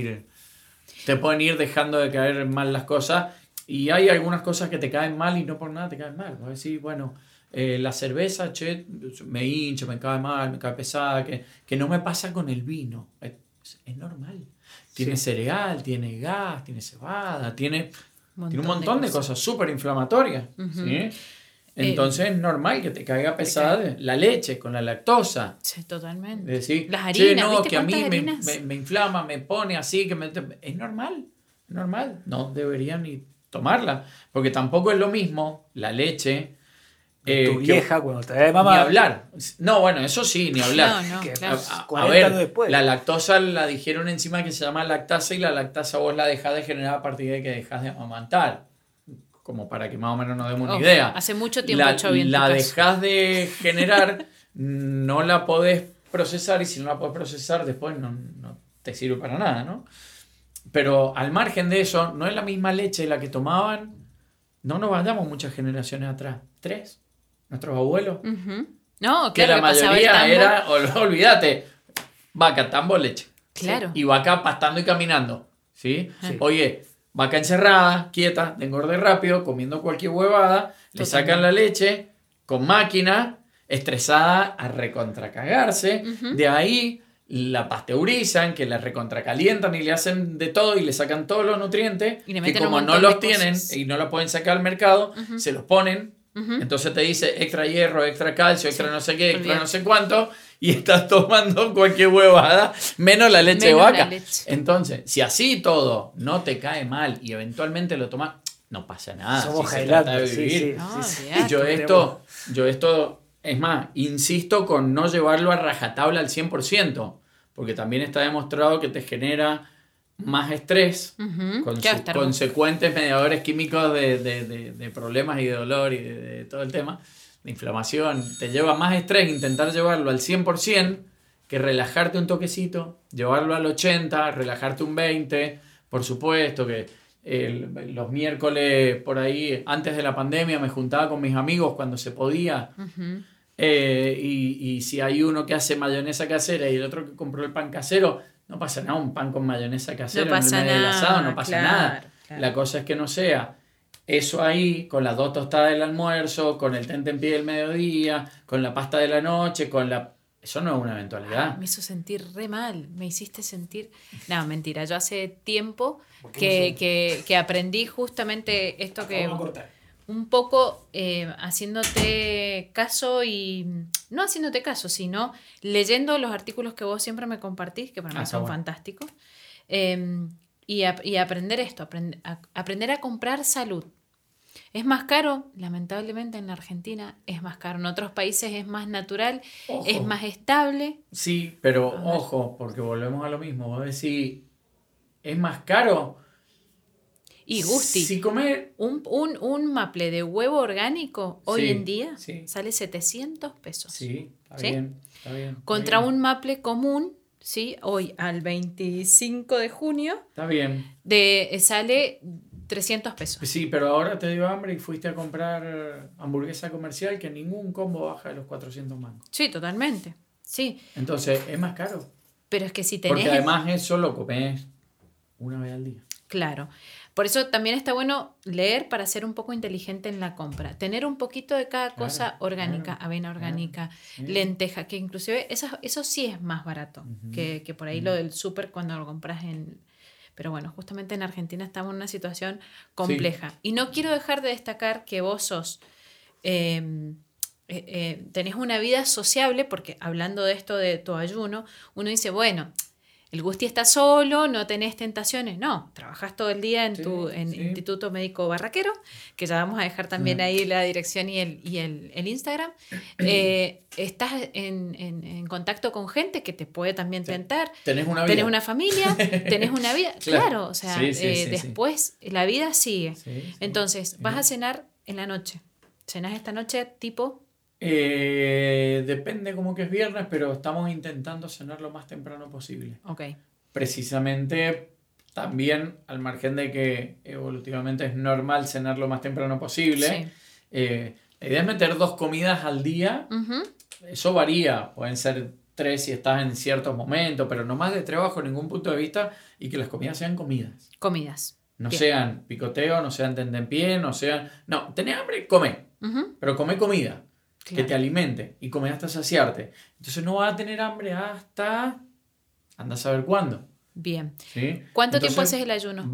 te pueden ir dejando de caer mal las cosas. Y hay algunas cosas que te caen mal y no por nada te caen mal. Vos decís, bueno, la cerveza, me hincha, me cae mal, me cae pesada, que no me pasa con el vino. Es normal. Tiene cereal, tiene gas, tiene cebada, tiene un montón de cosas súper inflamatorias. ¿Sí? Entonces es normal que te caiga pesada la leche con la lactosa. Sí, totalmente. Es decir, las harinas, no, ¿viste que a mí harinas? me inflama, me pone así, es normal. No deberían ni tomarla, porque tampoco es lo mismo la leche. Tu vieja cuando te da de mamá. Ni hablar. No, bueno, eso sí, ni hablar. No, Que claro. A ver, después. la lactosa la dijeron encima que se llama lactasa y la lactasa vos la dejás de generar a partir de que dejás de amamantar. Como para que más o menos nos demos una idea. Hace mucho tiempo la dejás de generar, no la podés procesar y si no la podés procesar después no te sirve para nada, ¿no? Pero al margen de eso, no es la misma leche la que tomaban. No nos vayamos muchas generaciones atrás. 3. Nuestros abuelos. No, claro, que la pasaba el mayoría tambo. era, olvídate, vaca, tambo, leche. Claro. ¿Sí? Y vaca pastando y caminando. ¿Sí? Sí. Oye, vaca encerrada, quieta, de engorde rápido, comiendo cualquier huevada, le sacan la leche con máquina, estresada a recontracagarse. De ahí la pasteurizan, que la recontracalientan y le hacen de todo y le sacan todos los nutrientes. Y le Que meten como un no montón los de tienen cosas. y no los pueden sacar al mercado, se los ponen. Entonces te dice extra hierro, extra calcio, extra no sé qué, extra olvídate. no sé cuánto, y estás tomando cualquier huevada, menos la leche de Menos la vaca. leche. Entonces, si así todo no te cae mal y eventualmente lo tomas, no pasa nada. Somos si se trata de Highlander, sí, vivir. sí. No, Sí. olvidate. Yo esto, es más, insisto con no llevarlo a rajatabla al 100%, porque también está demostrado que te genera más estrés con Claro, sus está consecuentes mediadores químicos de problemas y de dolor y de todo el tema, de inflamación. Te lleva más estrés intentar llevarlo al 100% que relajarte un toquecito, llevarlo al 80%, relajarte un 20%. Por supuesto que los miércoles por ahí, antes de la pandemia, me juntaba con mis amigos cuando se podía. Y si hay uno que hace mayonesa casera y el otro que compró el pan casero, no pasa nada, un pan con mayonesa casera No pasa en el medio del nada, asado, no pasa claro, nada. claro. La cosa es que no sea eso ahí, con las 2 tostadas del almuerzo, con el tentempié del mediodía, con la pasta de la noche, eso no es una eventualidad. Me hizo sentir re mal, me hiciste sentir... No, mentira, yo hace tiempo que aprendí justamente esto que... Vamos a cortar. Un poco haciéndote caso y... No haciéndote caso, sino leyendo los artículos que vos siempre me compartís, que para mí son bueno. fantásticos. Y aprender esto, aprender a comprar salud. Es más caro, lamentablemente en la Argentina es más caro. En otros países es más natural, Ojo. es más estable. Sí, pero A ver. ojo, porque volvemos a lo mismo. Vos decís, ¿es más caro? Y Gusti, Si comer... un maple de huevo orgánico hoy Sí, en día sí. sale 700 pesos. Sí, está ¿Sí? bien, está bien. Contra está bien. un maple común, ¿sí? Hoy al 25 de junio Está bien. sale 300 pesos. Sí, pero ahora te dio hambre y fuiste a comprar hamburguesa comercial que ningún combo baja de los 400 mangos. Sí, totalmente. Sí, Entonces, es más caro. pero es que si tenés... Porque además eso lo comes una vez al día. Claro. Por eso también está bueno leer para ser un poco inteligente en la compra. Tener un poquito de cada cosa Claro, orgánica, claro, avena orgánica, sí. lenteja, que inclusive eso sí es más barato que por ahí lo del súper cuando lo compras en... Pero bueno, justamente en Argentina estamos en una situación compleja. Y no quiero dejar de destacar que vos sos... tenés una vida sociable, porque hablando de esto de tu ayuno, uno dice, bueno, el Gusti está solo, no tenés tentaciones, no, trabajás todo el día en Sí, tu sí. Instituto Médico Barraquero, que ya vamos a dejar también ahí la dirección y el Instagram. Estás en contacto con gente que te puede también tentar. Tenés una vida. Tenés una familia, tenés una vida. Claro. Claro, o sea, Sí, sí, sí, después la vida sigue. Sí, sí. Entonces, vas a cenar en la noche. ¿Cenás esta noche tipo? Depende como que es viernes, pero estamos intentando cenar lo más temprano posible. Ok. Precisamente también al margen de que evolutivamente es normal cenar lo más temprano posible. Sí. La idea es meter 2 comidas al día. Ujú. Eso varía, pueden ser 3 si estás en ciertos momentos, pero no más de 3 bajo ningún punto de vista y que las comidas sean comidas. Comidas. No Bien. sean picoteo, no sean tentempié, no sean... No, tenés hambre, come, Ujú. pero come comida que Claro. te alimente y come hasta saciarte. Entonces no vas a tener hambre hasta... Anda a saber cuándo. Bien. ¿Sí? ¿Cuánto Entonces, tiempo haces el ayuno?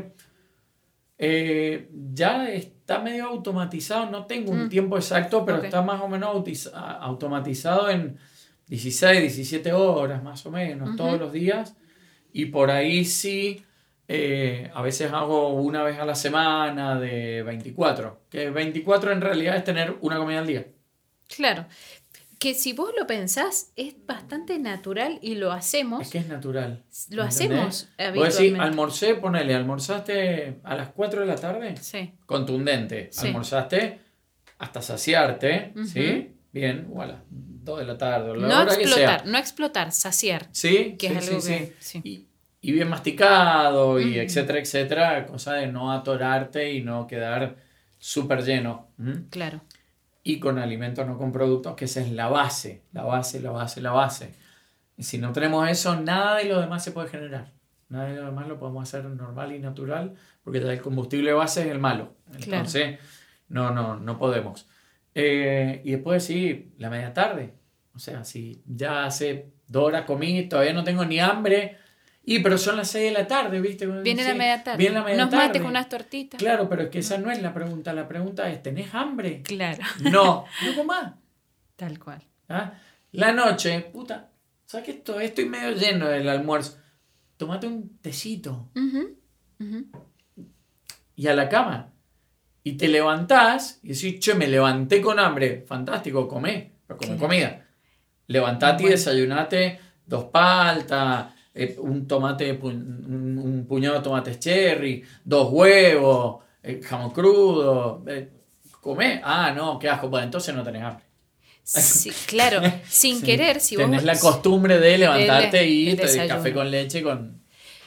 Ya está medio automatizado, no tengo un tiempo exacto, pero Ok. está más o menos automatizado en 16, 17 horas más o menos, Ujú. todos los días. Y por ahí sí, a veces hago una vez a la semana de 24, que 24 en realidad es tener una comida al día. Claro. Que si vos lo pensás, es bastante natural y lo hacemos. Es que es natural. Lo ¿me hacemos entendés? Vos decís, habitualmente. almorzaste a las 4 de la tarde. Sí. Contundente. Sí. Almorzaste hasta saciarte, Ujú. ¿sí? Bien, o a las 2 de la tarde, o la No hora que sea. explotar, no explotar, saciar. Sí, Que sí, es algo sí, que- sí. sí. Y bien masticado, y Ujú. etcétera, etcétera. Cosa de no atorarte y no quedar súper lleno. ¿Mm? Claro. Y con alimentos, no con productos, que esa es la base. La base, la base, la base. Y si no tenemos eso, nada de lo demás se puede generar. Nada de lo demás lo podemos hacer normal y natural, porque ya el combustible base es el malo. Entonces, no podemos. Y después sí, la media tarde. O sea, si ya hace 2 horas comí, todavía no tengo ni hambre. Pero son las 6 de la tarde, ¿viste? Viene Sí, la media tarde. Viene la media Unos tarde. mates con unas tortitas. Claro, pero es que esa no es la pregunta. La pregunta es, ¿tenés hambre? Claro. No comás. Tal cual. ¿Ah? La noche, puta, ¿sabes qué? Estoy medio lleno del almuerzo. Tómate un tecito Ujú, ujú. y a la cama. Y te levantás y decís, che, me levanté con hambre. Fantástico, comé, pero come Claro. comida. Levantate y Bueno. desayunate 2 paltas, un tomate, un puñado de tomates cherry, 2 huevos, jamón crudo. Comé. Ah, no, qué asco. Bueno, entonces no tenés hambre. Sí, claro. Sin Sí. querer, si Tenés vos... la costumbre de levantarte y el te desayuno. café con leche con...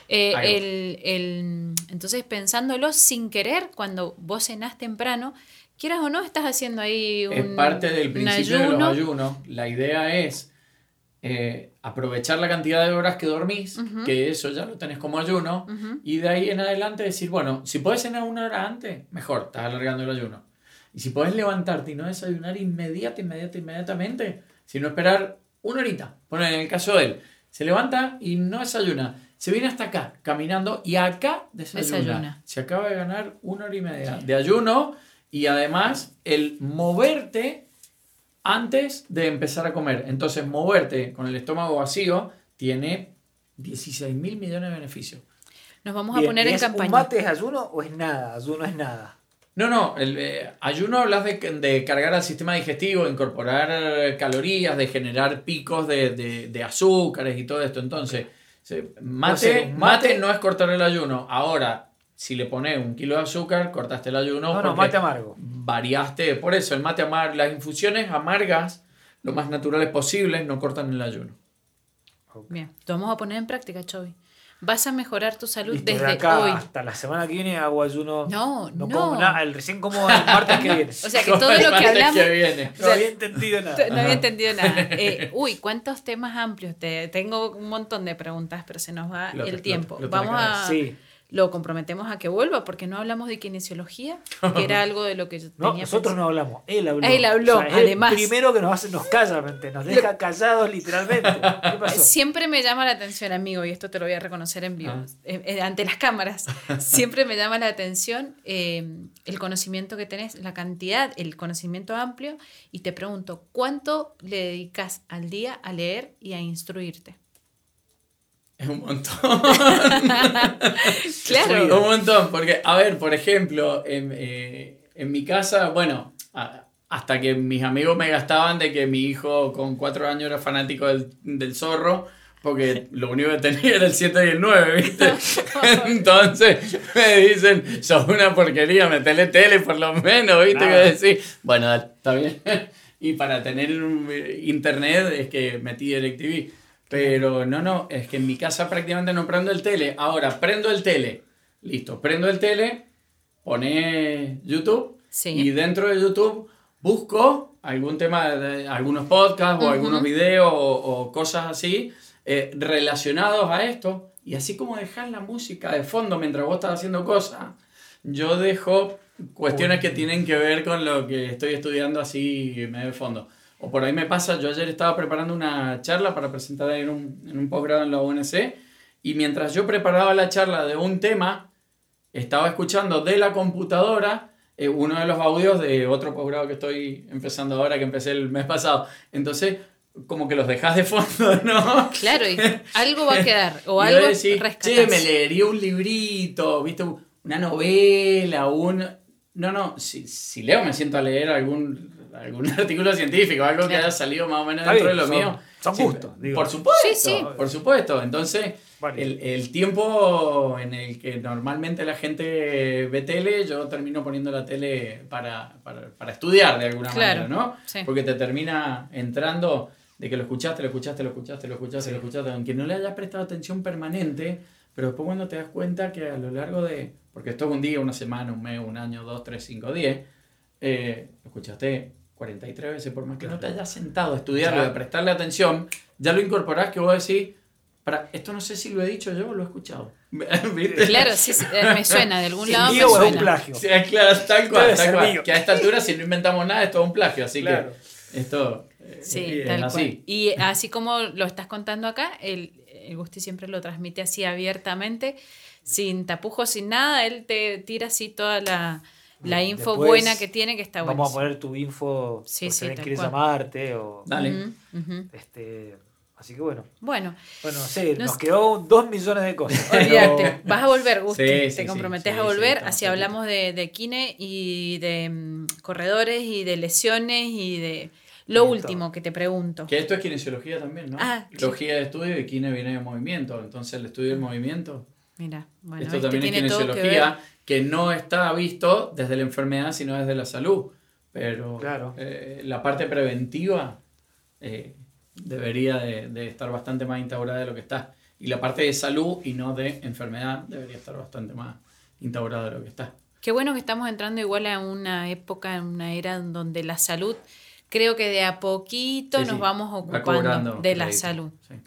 Entonces, pensándolo sin querer, cuando vos cenás temprano, quieras o no, estás haciendo ahí Es parte del principio de los ayunos. La idea es aprovechar la cantidad de horas que dormís, Ujú. que eso ya lo tenés como ayuno, Ujú. y de ahí en adelante decir, bueno, si podés cenar 1 hora antes, mejor, estás alargando el ayuno. Y si podés levantarte y no desayunar inmediatamente, sino esperar 1 horita. Bueno, en el caso de él, se levanta y no desayuna. Se viene hasta acá, caminando, y acá desayuna. Se acaba de ganar 1 hora y media de ayuno, y además el moverte antes de empezar a comer. Entonces, moverte con el estómago vacío tiene 16.000 millones de beneficios. Nos vamos a Bien, poner ¿y en es campaña. ¿Un mate es ayuno o es nada? Ayuno es nada. No, el ayuno hablas de cargar al sistema digestivo, de incorporar calorías, de generar picos de azúcares y todo esto. Entonces, mate no es cortar el ayuno. Ahora, si le pones 1 kilo de azúcar, cortaste el ayuno. No, porque mate amargo. Variaste. Por eso, el mate amargo, las infusiones amargas, lo más naturales posibles, no cortan el ayuno. Bien, lo vamos a poner en práctica, Chovy. Vas a mejorar tu salud Listo, de desde acá hoy. hasta la semana que viene hago ayuno. No. como nada. Recién como el martes que viene. O sea, que Como todo el lo que martes hablamos... viene. No había entendido nada. No había entendido nada. ¿Cuántos temas amplios? Tengo un montón de preguntas, pero se nos va Lo el te- tiempo. lo te Vamos recargas. a... Sí. Lo comprometemos a que vuelva, porque no hablamos de kinesiología, que era algo de lo que yo No, tenía nosotros no pensado. hablamos. Él habló. Él habló, es además. El primero que nos calla, nos deja callados literalmente. ¿Qué pasó? Siempre me llama la atención, amigo, y esto te lo voy a reconocer en vivo, ante las cámaras. Siempre me llama la atención el conocimiento que tenés, la cantidad, el conocimiento amplio, y te pregunto, ¿cuánto le dedicas al día a leer y a instruirte? Es un montón. Claro. Un montón, porque, a ver, por ejemplo, en mi casa, bueno, hasta que mis amigos me gastaban de que mi hijo con 4 años era fanático del Zorro, porque lo único que tenía era el 7 y el 9, ¿viste? Entonces me dicen, sos una porquería, metele tele por lo menos, ¿viste? Que decís, bueno, está bien. Y para tener internet es que metí DirecTV. Pero no, es que en mi casa prácticamente no prendo el tele. Ahora, prendo el tele. Listo, prendo el tele, pone YouTube y dentro de YouTube busco algún tema, algunos podcasts o algunos videos o cosas así relacionados a esto. Y así como dejar la música de fondo mientras vos estás haciendo cosas, yo dejo cuestiones que tienen que ver con lo que estoy estudiando así medio de fondo. O por ahí me pasa, yo ayer estaba preparando una charla para presentar en un posgrado en la UNC y mientras yo preparaba la charla de un tema, estaba escuchando de la computadora uno de los audios de otro posgrado que estoy empezando ahora, que empecé el mes pasado. Entonces, como que los dejas de fondo, ¿no? Claro, y algo va a quedar, o y algo rescatás. Che, me leería un librito, ¿viste? Una novela, No, si leo me siento a leer algún artículo científico, algo que haya salido más o menos dentro de lo mío. Son gustos. Por supuesto, Sí. por supuesto. Entonces, el tiempo en el que normalmente la gente ve tele, yo termino poniendo la tele para estudiar de alguna manera, ¿no? Sí. Porque te termina entrando de que lo escuchaste, aunque no le hayas prestado atención permanente, pero después cuando te das cuenta que a lo largo de... Porque esto es un día, una semana, un mes, un año, 2, 3, 5, 10. Lo escuchaste 43 veces, por más que no te hayas sentado a estudiarlo, a prestarle atención, ya lo incorporás que vos decís, esto no sé si lo he dicho yo o lo he escuchado. ¿Viste? Claro, sí, me suena, de algún lado me mío o es un suena. plagio. Sí, claro, tal cual. Mío. Que a esta altura, si no inventamos nada, es todo un plagio. Así que esto Sí, es tal así. cual. Y así como lo estás contando acá, el Gusti siempre lo transmite así abiertamente, sin tapujos, sin nada. Él te tira así toda la info Después buena que tiene, que está buena. Vamos a poner tu info Sí, por si sí, alguien tal quiere cual. llamarte o... Dale. Así que bueno. Bueno, Bueno, no sé, No nos sé. quedó 2 millones de cosas. olvídate, pero- vas a volver, Gusti, Sí, te sí, comprometes sí, a volver, estamos así hablamos de kine y de corredores y de lesiones y de lo Listo. último que te pregunto. Que esto es kinesiología también, ¿no? Ah, Kinesiología de estudio y kine viene de movimiento. Entonces, el estudio del movimiento. Mira, bueno, Esto también es tiene todo que ver. kinesiología que no está visto desde la enfermedad, sino desde la salud. Pero Claro. la parte preventiva debería de estar bastante más instaurada de lo que está. Y la parte de salud y no de enfermedad debería estar bastante más instaurada de lo que está. Qué bueno que estamos entrando igual a una época, en una era en donde la salud, creo que de a poquito Sí, nos sí. vamos Va ocupando cobrando de la crédito. salud.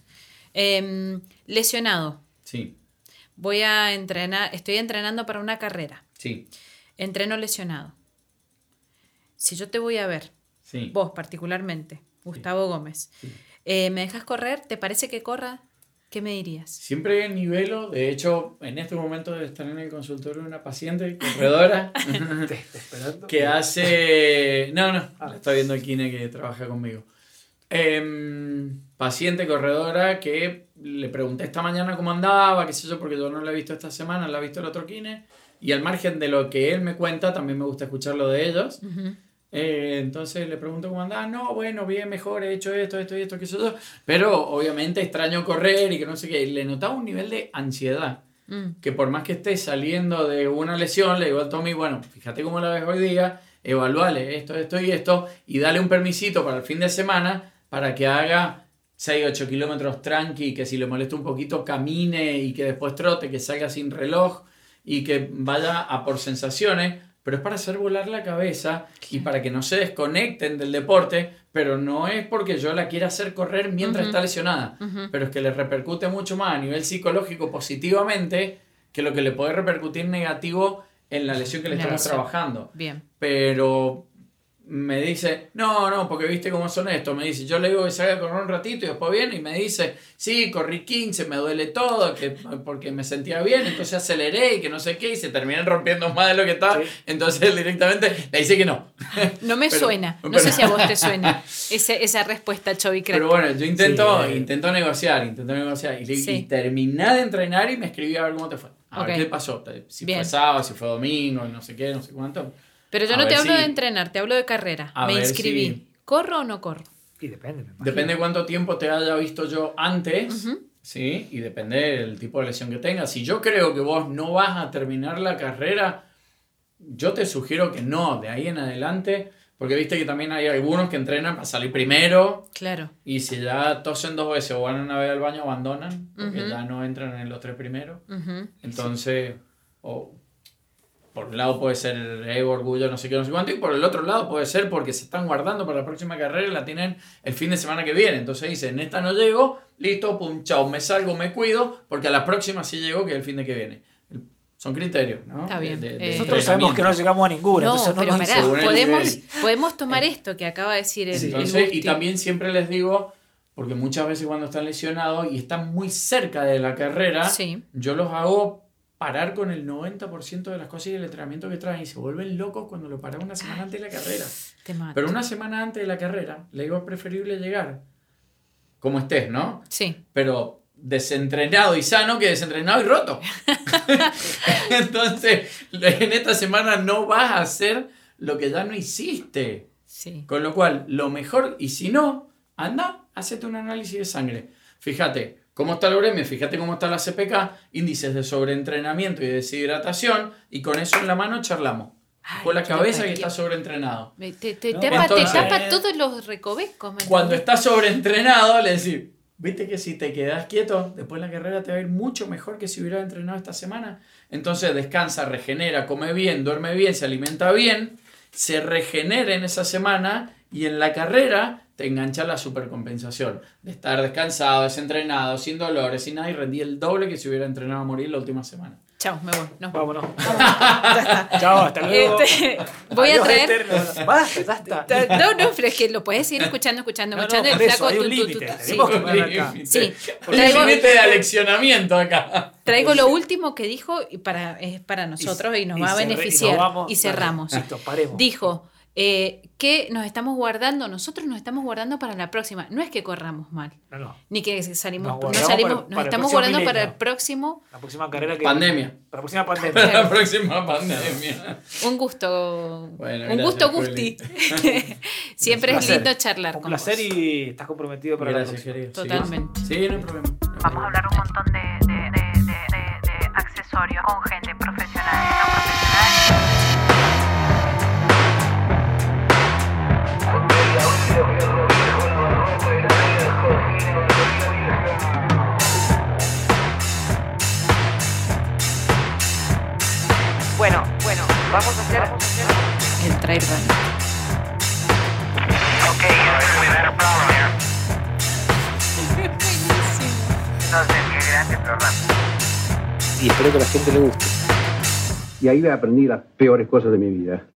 Sí. Lesionado. Sí, Voy a entrenar, estoy entrenando para una carrera. sí, Entreno lesionado. Si yo te voy a ver, sí. vos particularmente, Gustavo Gómez, Sí. ¿me dejas correr? ¿Te parece que corra? ¿Qué me dirías? Siempre nivelo. De hecho, en este momento estar en el consultorio de una paciente corredora Te estoy esperando. que hace... No, la está viendo el kine que trabaja conmigo. Paciente corredora que le pregunté esta mañana cómo andaba, qué sé yo, porque yo no la he visto esta semana, la he visto el otro kine. Y al margen de lo que él me cuenta, también me gusta escuchar lo de ellos. Ujú. Entonces le pregunto cómo andaba. No, bueno, bien, mejor, he hecho esto, qué sé yo. Pero obviamente extraño correr y que no sé qué. Le notaba un nivel de ansiedad. Que por más que esté saliendo de una lesión, le digo a Tommy, bueno, fíjate cómo la ves hoy día, evaluale esto y esto, y dale un permisito para el fin de semana para que haga 6, 8 kilómetros tranqui, que si le molesta un poquito camine y que después trote, que salga sin reloj y que vaya a por sensaciones, pero es para hacer volar la cabeza y para que no se desconecten del deporte, pero no es porque yo la quiera hacer correr mientras está lesionada, pero es que le repercute mucho más a nivel psicológico positivamente que lo que le puede repercutir negativo en la lesión que le La estamos lesión. trabajando. Bien. Pero me dice, no, porque viste cómo son estos. Me dice, yo le digo que salga a correr un ratito y después viene y me dice, sí, corrí 15, me duele todo, porque me sentía bien, entonces aceleré y que no sé qué, y se terminan rompiendo más de lo que estaba. Sí. Entonces él directamente le dice que no. No me suena, no sé si a vos te suena esa respuesta, Chovy Crack. Pero bueno, yo intento negociar y terminé de entrenar y me escribí a ver cómo te fue. A ver qué pasó, si fue sábado, si fue domingo, no sé qué, no sé cuánto. Pero yo no te hablo de entrenar, te hablo de carrera. Me inscribí. Si... ¿Corro o no corro? Y depende. Depende de cuánto tiempo te haya visto yo antes, ¿sí? Y depende del tipo de lesión que tengas. Si yo creo que vos no vas a terminar la carrera, yo te sugiero que no, de ahí en adelante, porque viste que también hay algunos que entrenan para salir primero. Claro. Y si ya tosen 2 veces o van una vez al baño, abandonan, porque ya no entran en los 3 primeros. Entonces, por un lado puede ser ego, orgullo, no sé qué, no sé cuánto, y por el otro lado puede ser porque se están guardando para la próxima carrera y la tienen el fin de semana que viene. Entonces dicen, esta no llego, listo, pum, chao, me salgo, me cuido, porque a la próxima sí llego, que es el fin de que viene. Son criterios, ¿no? Está bien. Nosotros sabemos que no llegamos a ninguna. No, pero podemos tomar esto que acaba de decir el entonces, y también siempre les digo, porque muchas veces cuando están lesionados y están muy cerca de la carrera, yo los hago parar con el 90% de las cosas y el entrenamiento que traen y se vuelven locos cuando lo paran una semana antes de la carrera. Pero una semana antes de la carrera, le digo, es preferible llegar como estés, ¿no? Sí. Pero desentrenado y sano que desentrenado y roto. Entonces, en esta semana no vas a hacer lo que ya no hiciste. Sí. Con lo cual, lo mejor, y si no, anda, hacete un análisis de sangre. Fíjate cómo está la uremia, fíjate cómo está la CPK, índices de sobreentrenamiento y deshidratación, y con eso en la mano charlamos. Con la cabeza que está sobreentrenado. Te tapa todos los recovecos. Cuando estás sobreentrenado, le decís, viste que si te quedas quieto, después en la carrera te va a ir mucho mejor que si hubieras entrenado esta semana. Entonces descansa, regenera, come bien, duerme bien, se alimenta bien, se regenera en esa semana y en la carrera te engancha la supercompensación de estar descansado, desentrenado, sin dolores, sin nada y rendí el doble que si hubiera entrenado a morir la última semana. Chao, me voy. No. Vámonos. Chao, hasta luego. Voy a traer. Basta, ya está. No, pero es que lo puedes seguir escuchando. Por El eso, hay un límite. Tenemos que poner acá. Sí. Un límite de aleccionamiento acá. Traigo lo último que dijo y es para nosotros y nos va a beneficiar. Y cerramos. Listo, paremos. Dijo que nosotros nos estamos guardando para la próxima. No es que corramos mal. No. Ni que salimos. Nos estamos guardando para el próximo. La próxima carrera que. Pandemia. Para la próxima pandemia. Para la próxima pandemia. Un gusto. Bueno, un gusto, Gusti. Siempre es lindo charlar con vos. Un placer y estás comprometido para la próxima. Totalmente. Sí, no hay problema. Vamos a hablar un montón de accesorios con gente profesional y no profesional. Bueno, vamos a hacer el trail run. Okay, we had a problem here. No sé, qué grande programa. Y espero que a la gente le guste. Y ahí aprendí las peores cosas de mi vida.